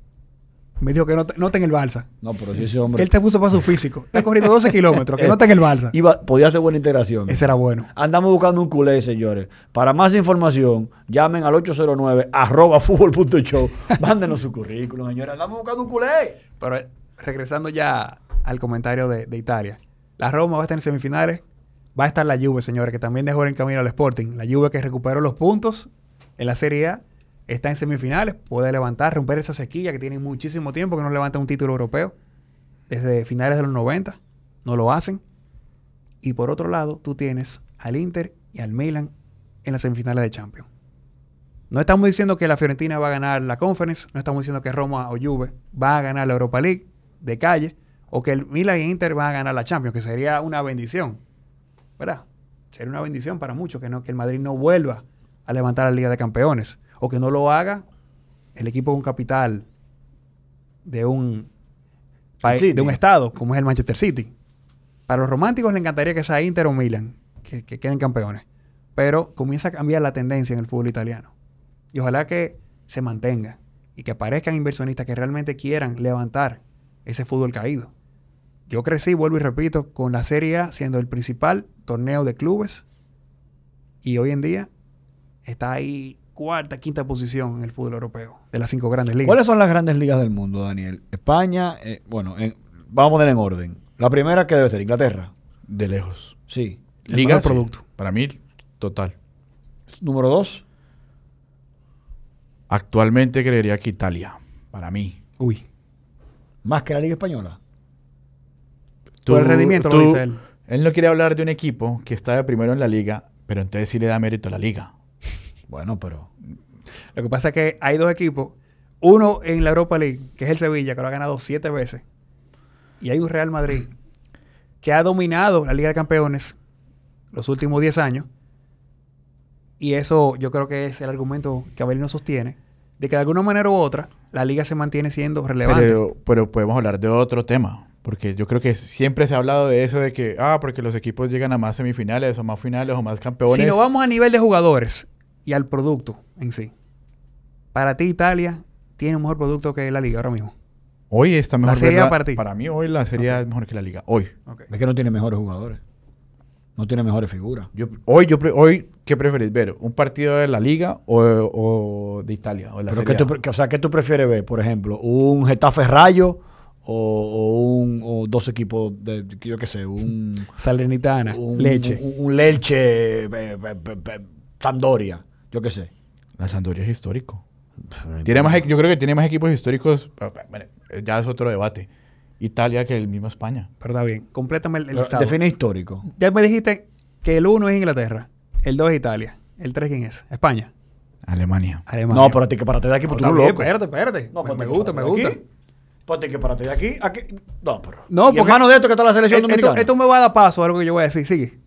Me dijo que no, no está en el Barça. No, pero si ese Que hombre él te puso para su físico. Está corriendo doce kilómetros, que no está en el Barça. iba, podía hacer buena integración. Ese era bueno. Andamos buscando un culé, señores. Para más información, llamen al ocho cero nueve arroba fútbol punto show. Mándenos su currículum, señores. Andamos buscando un culé. Pero eh, regresando ya al comentario de, de Italia. La Roma va a estar en semifinales. Va a estar la Juve, señores, que también dejó en camino al Sporting. La Juve que recuperó los puntos en la Serie A. Está en semifinales. Puede levantar, romper esa sequía que tienen muchísimo tiempo que no levanta un título europeo. Desde finales de los noventa. No lo hacen. Y por otro lado, tú tienes al Inter y al Milan en las semifinales de Champions. No estamos diciendo que la Fiorentina va a ganar la Conference. No estamos diciendo que Roma o Juve va a ganar la Europa League de calle. O que el Milan y Inter van a ganar la Champions, que sería una bendición. ¿Verdad? Sería una bendición para muchos que, no, que el Madrid no vuelva a levantar la Liga de Campeones. O que no lo haga el equipo con capital de un, país, City. de un estado, como es el Manchester City. Para los románticos les encantaría que sea Inter o Milan, que, que queden campeones. Pero comienza a cambiar la tendencia en el fútbol italiano. Y ojalá que se mantenga y que aparezcan inversionistas que realmente quieran levantar ese fútbol caído. Yo crecí, vuelvo y repito, con la Serie A siendo el principal torneo de clubes y hoy en día está ahí cuarta, quinta posición en el fútbol europeo de las cinco grandes ligas. ¿Cuáles son las grandes ligas del mundo, Daniel? España, eh, bueno, en- vamos a poner en orden. La primera que debe ser Inglaterra. De lejos. Sí. El Liga, mejor sí. producto. Para mí, total. Número dos. Actualmente creería que Italia. Para mí. Uy, Más que la Liga Española. por el rendimiento lo dice él. Él no quiere hablar de un equipo que está de primero en la liga, pero entonces sí le da mérito a la liga. Bueno, pero... Lo que pasa es que hay dos equipos. Uno en la Europa League, que es el Sevilla, que lo ha ganado siete veces. Y hay un Real Madrid que ha dominado la Liga de Campeones los últimos diez años. Y eso yo creo que es el argumento que Abelino sostiene, de que de alguna manera u otra la liga se mantiene siendo relevante. Pero, pero podemos hablar de otro tema. Porque yo creo que siempre se ha hablado de eso de que, ah, porque los equipos llegan a más semifinales o más finales o más campeones. Si nos vamos a nivel de jugadores y al producto en sí, para ti Italia tiene un mejor producto que la liga ahora mismo. Hoy está mejor. La Serie A ¿verdad? para ti. Para mí hoy la Serie A es mejor que la liga. Hoy. Okay. Es que no tiene mejores jugadores. No tiene mejores figuras. Yo, hoy, yo pre- hoy, ¿qué preferís ver? ¿Un partido de la liga o, o de Italia? O de la Pero Serie ¿qué tú, A? pre- que- o sea, ¿qué tú prefieres ver? Por ejemplo, un Getafe Rayo o, o un, o dos equipos de, yo qué sé, un... Salernitana, un leche. Un, un Leche, eh, eh, eh, eh, Sampdoria, yo qué sé. La Sampdoria es histórico. Tiene más, e- yo creo que tiene más equipos históricos. Bueno, ya es otro debate. Italia que el mismo España. Pero está bien, complétame el, el Pero listado. define histórico. Ya me dijiste que el uno es Inglaterra, el dos es Italia, el tres ¿quién es? España, Alemania. Alemania. No, pero a ti que parate de aquí, No, porque está tú bien, loco. espérate, espérate. No, me, ponte me que gusta, me parate de gusta. aquí. Ponte que parate de aquí. aquí. No, pero... No, y porque- hermano de esto que está la selección Esto, dominicana. esto me va a dar paso a algo que yo voy a decir. Sigue.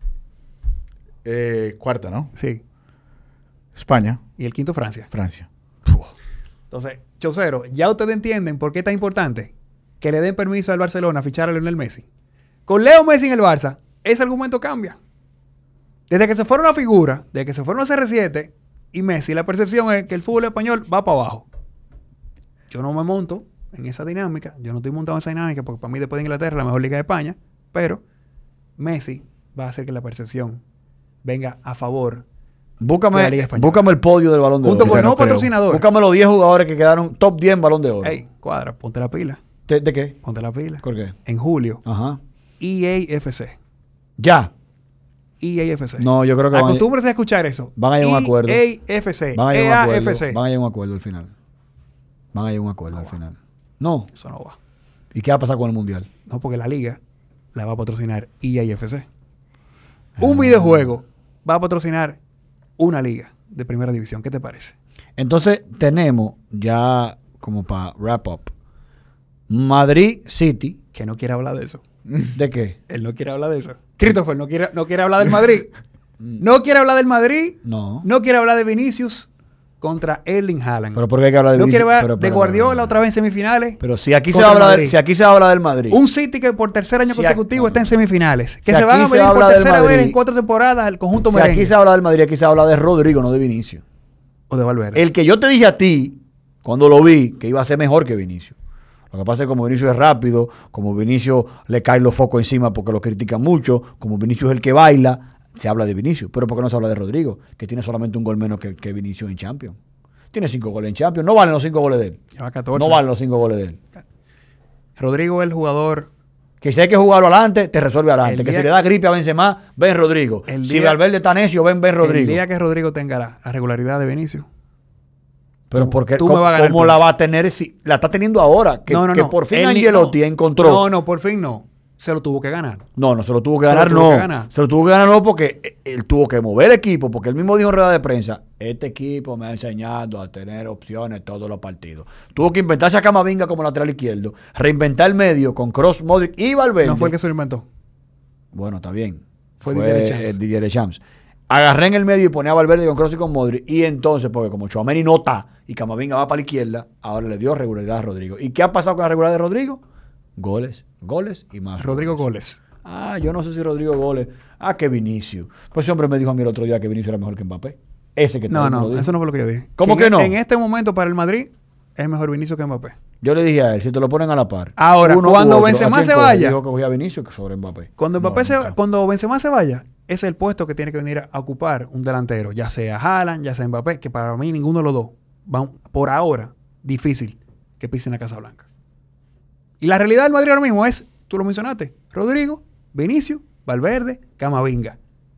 Eh, cuarta, ¿no? Sí. España. Y el quinto, Francia. Francia. Entonces, Chaucero, ya ustedes entienden por qué es tan importante que le den permiso al Barcelona a fichar a Lionel Messi. Con Leo Messi en el Barça, ese argumento cambia. Desde que se fueron una figura, desde que se fueron a C R siete y Messi, la percepción es que el fútbol español va para abajo. Yo no me monto en esa dinámica. Yo no estoy montado en esa dinámica porque para mí después de Inglaterra la mejor liga de España. Pero Messi va a hacer que la percepción venga a favor Búscame, de la Liga Española. búscame el podio del Balón de Junto Oro. con el Ya no nuevo creo. patrocinador. Búscame los diez jugadores que quedaron top diez en Balón de Oro. Ey, cuadra, ponte la pila. ¿De, de qué? Ponte la pila. ¿Por qué? En julio, Ajá. E A F C. Ya. E A F C. No, yo creo que van a- Acostúmbrese a escuchar eso. van a llegar a un acuerdo. E A F C. Van a llegar E a A un F acuerdo. C. Van a llegar a un acuerdo al final. Van a llegar a un acuerdo al final. No. Eso no va. ¿Y qué va a pasar con el Mundial? No, porque la liga la va a patrocinar E A F C. Un videojuego va a patrocinar una liga de primera división. ¿Qué te parece? Entonces tenemos ya como para wrap up Madrid City. Que no quiere hablar de eso. ¿De qué? Él no quiere hablar de eso. Christopher no quiere, no quiere hablar del Madrid. No quiere hablar del Madrid. No. No quiere hablar de Vinicius contra Erling Haaland. Pero ¿por qué hay que hablar de no quiere Vinicius? hablar Pero, de pero, Guardiola pero, otra vez en semifinales. Pero si aquí se contra habla Madrid. del, si aquí se habla del Madrid. Un City que por tercer año Si consecutivo aquí- está en semifinales. Que Si se van aquí a se medir por habla del tercera vez Madrid. en cuatro temporadas al conjunto Si merengue. aquí se habla del Madrid, aquí se habla de Rodrigo, no de Vinicius. O de Valverde. El que yo te dije a ti, cuando lo vi, que iba a ser mejor que Vinicius. Lo que pasa es que como Vinicius es rápido, como Vinicius le caen los focos encima porque lo critican mucho, como Vinicius es el que baila, se habla de Vinicius. Pero ¿por qué no se habla de Rodrigo? Que tiene solamente un gol menos que, que Vinicius en Champions. Tiene cinco goles en Champions. No valen los cinco goles de él. Lleva catorce. No valen los cinco goles de él. Rodrigo es el jugador. Que si hay que jugarlo adelante, te resuelve adelante. El Que día- si le da gripe a Benzema, ven Rodrigo. El Si día- Valverde está necio, ven, ven Rodrigo. El día que Rodrigo tenga la, la regularidad de Vinicius. Pero tú- porque tú ¿cómo, me vas a ganar cómo el la punto. va a tener si la está teniendo ahora? Que, no, no, que no. por fin Él ni- Angelotti no. encontró. No, no, por fin no. Se lo tuvo que ganar. No, no se lo tuvo que Se lo ganar, tuvo no. que ganar. Se lo tuvo que ganar, no, porque él tuvo que mover el equipo, porque él mismo dijo en rueda de prensa: este equipo me ha enseñado a tener opciones todos los partidos. Tuvo que inventarse a Camavinga como lateral izquierdo, reinventar el medio con Kroos, Modric y Valverde. No fue el que se lo inventó. Bueno, está bien. Fue Didier Deschamps. eh, Didier Deschamps. Agarré en el medio y ponía a Valverde con Kroos y con Modric. Y entonces, porque como Tchouaméni no está y Camavinga va para la izquierda, ahora le dio regularidad a Rodrigo. ¿Y qué ha pasado con la regularidad de Rodrigo? Goles, goles y más. Rodrigo Goles. Ah, yo no sé si Rodrigo goles. Ah, que Vinicius. Pues ese hombre me dijo a mí el otro día que Vinicius era mejor que Mbappé. Ese que está No, ahí me lo no, dijo. eso no fue lo que yo dije. ¿Cómo en que e- no? En este momento para el Madrid es mejor Vinicius que Mbappé. Yo le dije a él, si te lo ponen a la par. Ahora, uno u cuando otro, Benzema ¿a quién se coge? vaya? Dijo que cogía a Vinicius que sobre Mbappé. Cuando No, Mbappé se, nunca. cuando Benzema se vaya, ese es el puesto que tiene que venir a ocupar un delantero, ya sea Haaland, ya sea Mbappé, que para mí ninguno de los dos van por ahora difícil que pisen la Casa Blanca. Y la realidad del Madrid ahora mismo es, tú lo mencionaste, Rodrigo, Vinicius, Valverde, Camavinga.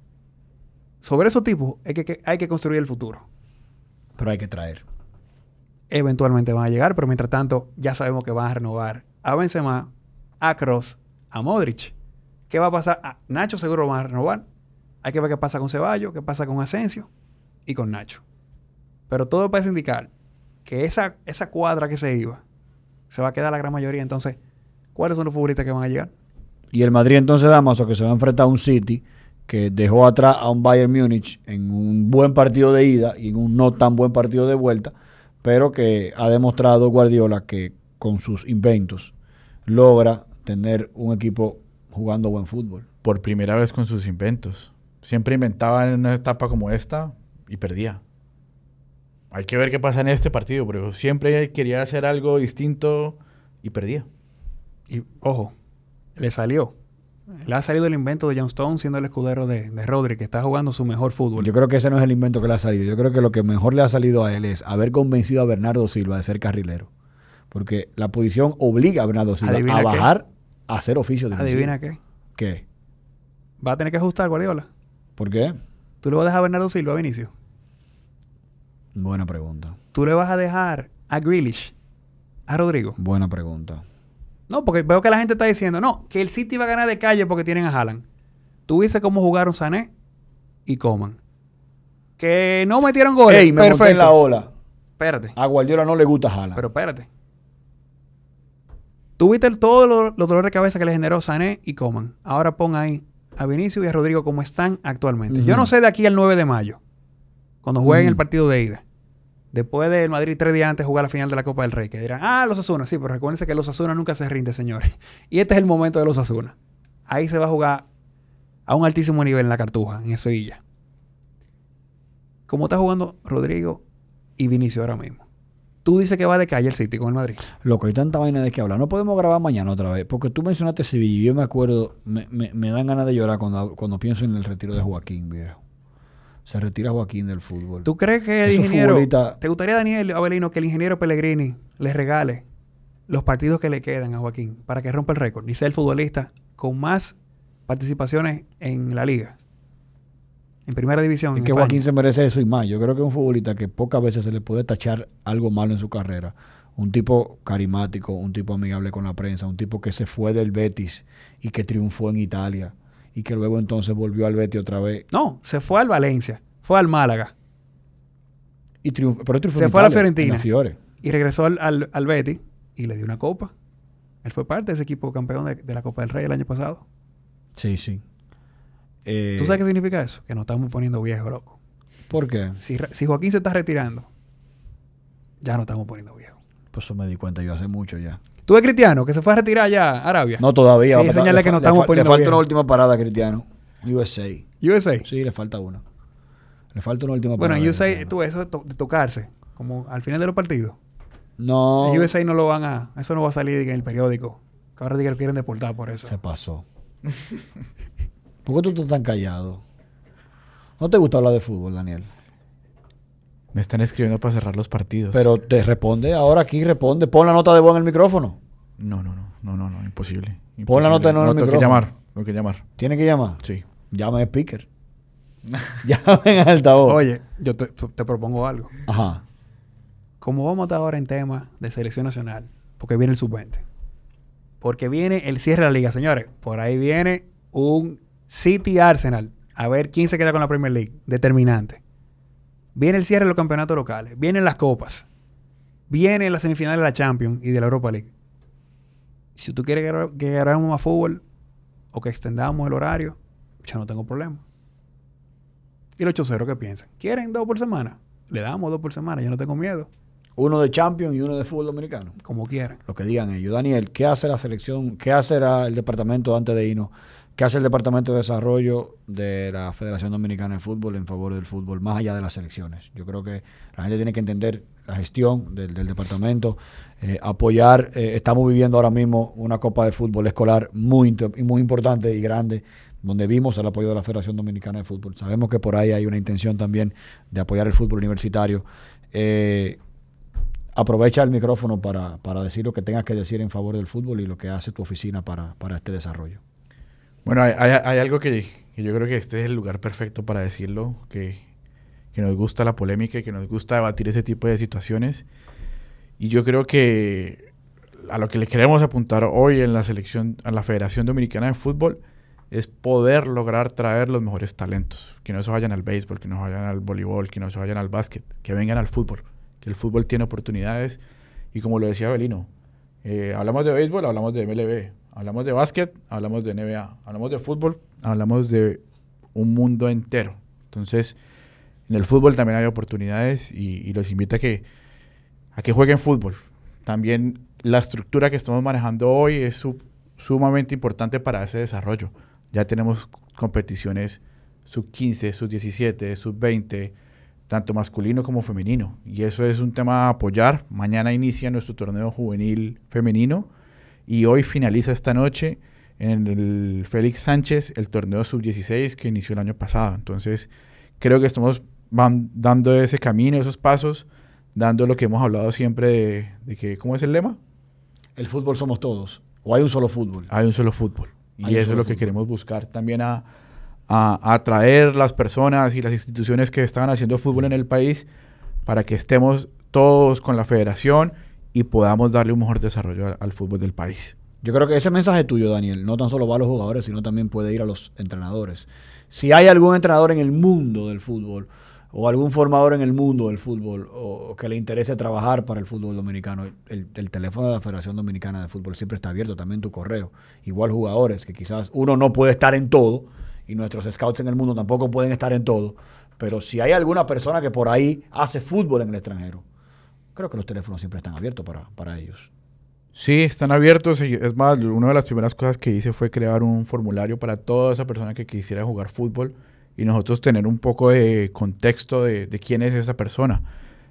Sobre esos tipos es que, que hay que construir el futuro. Pero hay que traer. Eventualmente van a llegar, pero mientras tanto ya sabemos que van a renovar a Benzema, a Kroos, a Modric. ¿Qué va a pasar? A Nacho seguro lo van a renovar. Hay que ver qué pasa con Ceballos, qué pasa con Asensio y con Nacho. Pero todo parece indicar que esa, esa cuadra que se iba se va a quedar la gran mayoría. Entonces, ¿cuáles son los futbolistas que van a llegar? Y el Madrid entonces, Damaso, que se va a enfrentar a un City que dejó atrás a un Bayern Múnich en un buen partido de ida y en un no tan buen partido de vuelta, pero que ha demostrado Guardiola que con sus inventos logra tener un equipo jugando buen fútbol. Por primera vez con sus inventos. Siempre inventaba en una etapa como esta y perdía. Hay que ver qué pasa en este partido, pero siempre quería hacer algo distinto y perdía. Y, ojo, le salió. Le ha salido el invento de John Stone siendo el escudero de, de Rodri, que está jugando su mejor fútbol. Yo creo que ese no es el invento que le ha salido. Yo creo que lo que mejor le ha salido a él es haber convencido a Bernardo Silva de ser carrilero. Porque la posición obliga a Bernardo Silva ¿Adivina a qué? bajar a hacer oficio defensivo. ¿Adivina qué? ¿Qué? Va a tener que ajustar Guardiola. ¿Por qué? ¿Tú le vas a dejar a Bernardo Silva a Vinicius? Buena pregunta. ¿Tú le vas a dejar a Grealish, a Rodrigo? Buena pregunta. No, porque veo que la gente está diciendo, no, que el City va a ganar de calle porque tienen a Haaland. Tú viste cómo jugaron Sané y Coman. Que no metieron goles. Ey, me monté en Perfecto. la ola. Espérate. A Guardiola no le gusta Haaland. Pero espérate. Tú viste todos los lo dolores de cabeza que le generó Sané y Coman. Ahora pon ahí a Vinicius y a Rodrigo como están actualmente. Uh-huh. Yo no sé de aquí al nueve de mayo, cuando jueguen Uh-huh. el partido de ida. Después del Madrid tres días antes de jugar la final de la Copa del Rey. Que dirán, ah, los Osasuna. Sí, pero recuérdense que los Osasuna nunca se rinde, señores. Y este es el momento de los Osasuna. Ahí se va a jugar a un altísimo nivel en la Cartuja, en Sevilla. ¿Cómo está jugando Rodrigo y Vinicius ahora mismo? Tú dices que va de calle el City con el Madrid. Loco, hay tanta vaina de que hablar. No podemos grabar mañana otra vez. Porque tú mencionaste Sevilla y yo me acuerdo, me, me, me dan ganas de llorar cuando, cuando pienso en el retiro de Joaquín, viejo. Se retira Joaquín del fútbol. ¿Tú crees que el Esos ingeniero... futbolistas- ¿Te gustaría, Daniel Avelino, que el ingeniero Pellegrini le regale los partidos que le quedan a Joaquín para que rompa el récord y sea el futbolista con más participaciones en la liga? En primera división. Es en que España. Joaquín se merece eso y más. Yo creo que es un futbolista que pocas veces se le puede tachar algo malo en su carrera. Un tipo carismático, un tipo amigable con la prensa, un tipo que se fue del Betis y que triunfó en Italia y que luego entonces volvió al Betis otra vez. No, se fue al Valencia, fue al Málaga Y triunfó, pero triunfó Se en fue a la Italia, Fiorentina. en la Fiore. y regresó al, al, al Betis y le dio una copa. Él fue parte de ese equipo campeón de, de la Copa del Rey el año pasado. Sí, sí. Eh, ¿Tú sabes qué significa eso? Que nos estamos poniendo viejos, loco. ¿Por qué? Si, re- si Joaquín se está retirando, ya nos estamos poniendo viejos. Pues eso me di cuenta yo hace mucho ya. ¿Tú ves Cristiano que se fue a retirar ya a Arabia? No todavía. Sí, va a pasar- señala le que fa- nos le estamos fa- poniendo Le falta viejos. una última parada a Cristiano. U S A. U S A. Sí, le falta una. Le falta una última Bueno, parada. en a U S A, Cristiano. tú eso de, to- de tocarse, como al final de los partidos. No. En U S A no lo van a... Eso no va a salir en el periódico. Que ahora diga que lo quieren deportar por eso. Se pasó. ¿Por qué tú estás tan callado? ¿No te gusta hablar de fútbol, Daniel? Me están escribiendo para cerrar los partidos. Pero te responde, ahora aquí responde. Pon la nota de voz en el micrófono. No, no, no, no, no, no, imposible. Pon la imposible. nota en el No, tengo que micrófono. llamar, tengo que llamar. ¿Tiene que llamar? Sí. Llama a speaker. Llama en altavoz. Oye, yo te, te propongo algo. Ajá. Como vamos a estar ahora en tema de selección nacional, porque viene el sub veinte, porque viene el cierre de la liga, señores, por ahí viene un City Arsenal, a ver quién se queda con la Premier League, determinante. Viene el cierre de los campeonatos locales, vienen las copas, viene la semifinal de la Champions y de la Europa League. Si tú quieres que, que grabemos más fútbol o que extendamos el horario, yo no tengo problema. ¿Y los choceros qué piensan? ¿Quieren dos por semana? Le damos dos por semana, yo no tengo miedo. Uno de Champions y uno de fútbol dominicano. Como quieran. Lo que digan ellos. Daniel, ¿qué hace la selección? ¿Qué hace la- el departamento antes de irnos? ¿Qué hace el departamento de desarrollo de la Federación Dominicana de Fútbol en favor del fútbol, más allá de las selecciones? Yo creo que la gente tiene que entender la gestión del, del departamento, eh, apoyar. Eh, estamos viviendo ahora mismo una Copa de Fútbol escolar muy, inter- muy importante y grande, donde vimos el apoyo de la Federación Dominicana de Fútbol. Sabemos que por ahí hay una intención también de apoyar el fútbol universitario. Eh, aprovecha el micrófono para, para decir lo que tengas que decir en favor del fútbol y lo que hace tu oficina para, para este desarrollo. Bueno, hay, hay- hay algo que, que yo creo que este es el lugar perfecto para decirlo, que, que nos gusta la polémica y que nos gusta debatir ese tipo de situaciones. Y yo creo que a lo que le queremos apuntar hoy en la selección, a la Federación Dominicana de Fútbol, es poder lograr traer los mejores talentos. Que no se vayan al béisbol, que no se vayan al voleibol, que no se vayan al básquet, que vengan al fútbol. Que el fútbol tiene oportunidades. Y como lo decía Avelino, eh, hablamos de béisbol, hablamos de M L B. Hablamos de básquet, hablamos de N B A. Hablamos de fútbol, hablamos de un mundo entero. Entonces, en el fútbol también hay oportunidades y, y los invito a que, a que jueguen fútbol. También la estructura que estamos manejando hoy es su- sumamente importante para ese desarrollo. Ya tenemos competiciones sub quince, sub diecisiete, sub veinte, tanto masculino como femenino. Y eso es un tema a apoyar. Mañana inicia nuestro torneo juvenil femenino y hoy finaliza esta noche en el Félix Sánchez el torneo sub dieciséis que inició el año pasado. Entonces, creo que estamos van dando ese camino, esos pasos, dando lo que hemos hablado siempre de, de que, ¿cómo es el lema? El fútbol somos todos. ¿O hay un solo fútbol? Hay un solo fútbol. Y Hay un eso es solo lo que fútbol. queremos buscar también a, a, a atraer las personas y las instituciones que están haciendo fútbol en el país para que estemos todos con la federación y podamos darle un mejor desarrollo al, al fútbol del país. Yo creo que ese mensaje tuyo, Daniel, no tan solo va a los jugadores, sino también puede ir a los entrenadores. Si hay algún entrenador en el mundo del fútbol o algún formador en el mundo del fútbol o que le interese trabajar para el fútbol dominicano, el, el teléfono de la Federación Dominicana de Fútbol siempre está abierto, también tu correo. Igual jugadores, que quizás uno no puede estar en todo y nuestros scouts en el mundo tampoco pueden estar en todo, pero si hay alguna persona que por ahí hace fútbol en el extranjero, creo que los teléfonos siempre están abiertos para, para ellos. Sí, están abiertos. y Es más, una de las primeras cosas que hice fue crear un formulario para toda esa persona que quisiera jugar fútbol y nosotros tener un poco de contexto de, de quién es esa persona.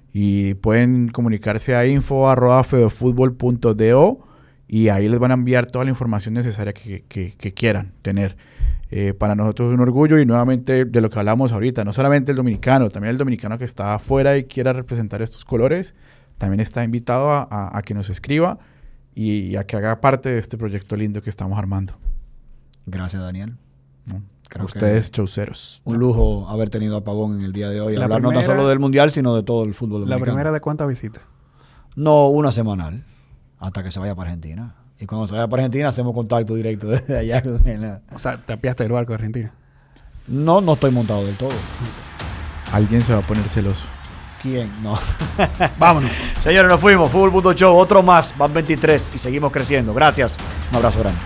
Y pueden comunicarse a info arroba fedefutbol punto do y ahí les van a enviar toda la información necesaria que, que, que quieran tener. Eh, para nosotros es un orgullo y nuevamente de lo que hablamos ahorita, no solamente el dominicano, también el dominicano que está afuera y quiera representar estos colores, también está invitado a, a, a que nos escriba y, y a que haga parte de este proyecto lindo que estamos armando. Gracias, Daniel. ¿No? Creo Ustedes, chauceros. Un lujo haber tenido a Pavón en el día de hoy. La Hablar no primera- tan solo del Mundial, sino de todo el fútbol ¿La dominicano. primera de cuántas visitas? No, una semanal, hasta que se vaya para Argentina. Y cuando se vaya para Argentina hacemos contacto directo desde allá. En la- O sea, tapiaste el barco de Argentina. No, no estoy montado del todo. Alguien se va a poner celoso. ¿Quién? No. Vámonos. Señores, nos fuimos. Fútbol punto show, otro más. Van veintitrés y seguimos creciendo. Gracias. Un abrazo grande.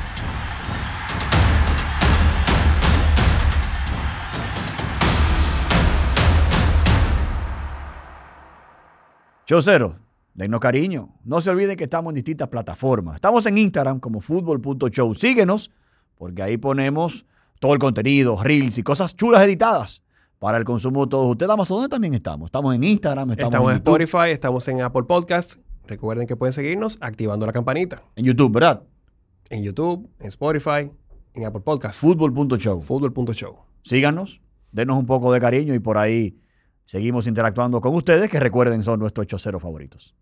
Chaucero, dennos cariño. No se olviden que estamos en distintas plataformas. Estamos en Instagram como fútbol punto show. Síguenos, porque ahí ponemos todo el contenido, reels y cosas chulas editadas para el consumo de todos ustedes. Amazon, ¿dónde también estamos? Estamos en Instagram, estamos, Estamos en YouTube. Spotify, estamos en Apple Podcast. Recuerden que pueden seguirnos activando la campanita. En YouTube, ¿verdad? En YouTube, en Spotify, en Apple Podcast. fútbol punto show. Fútbol punto show. Síganos, denos un poco de cariño y por ahí seguimos interactuando con ustedes, que recuerden son nuestros choceros favoritos.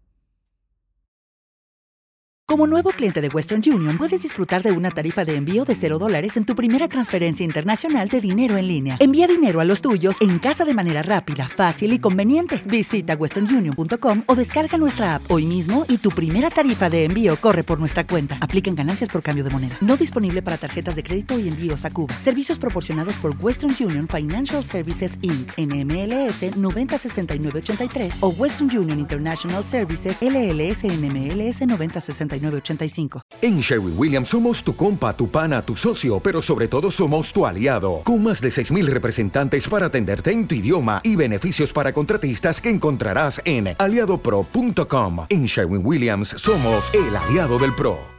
Como nuevo cliente de Western Union, puedes disfrutar de una tarifa de envío de cero dólares en tu primera transferencia internacional de dinero en línea. Envía dinero a los tuyos en casa de manera rápida, fácil y conveniente. Visita western union punto com o descarga nuestra app hoy mismo y tu primera tarifa de envío corre por nuestra cuenta. Aplican ganancias por cambio de moneda. No disponible para tarjetas de crédito y envíos a Cuba. Servicios proporcionados por Western Union Financial Services incorporated. N M L S noventa sesenta y nueve ochenta y tres o Western Union International Services L L S N M L S noventa sesenta y nueve ochenta y cinco. En Sherwin-Williams somos tu compa, tu pana, tu socio, pero sobre todo somos tu aliado. Con más de seis mil representantes para atenderte en tu idioma y beneficios para contratistas que encontrarás en aliado pro punto com. En Sherwin-Williams somos el aliado del pro.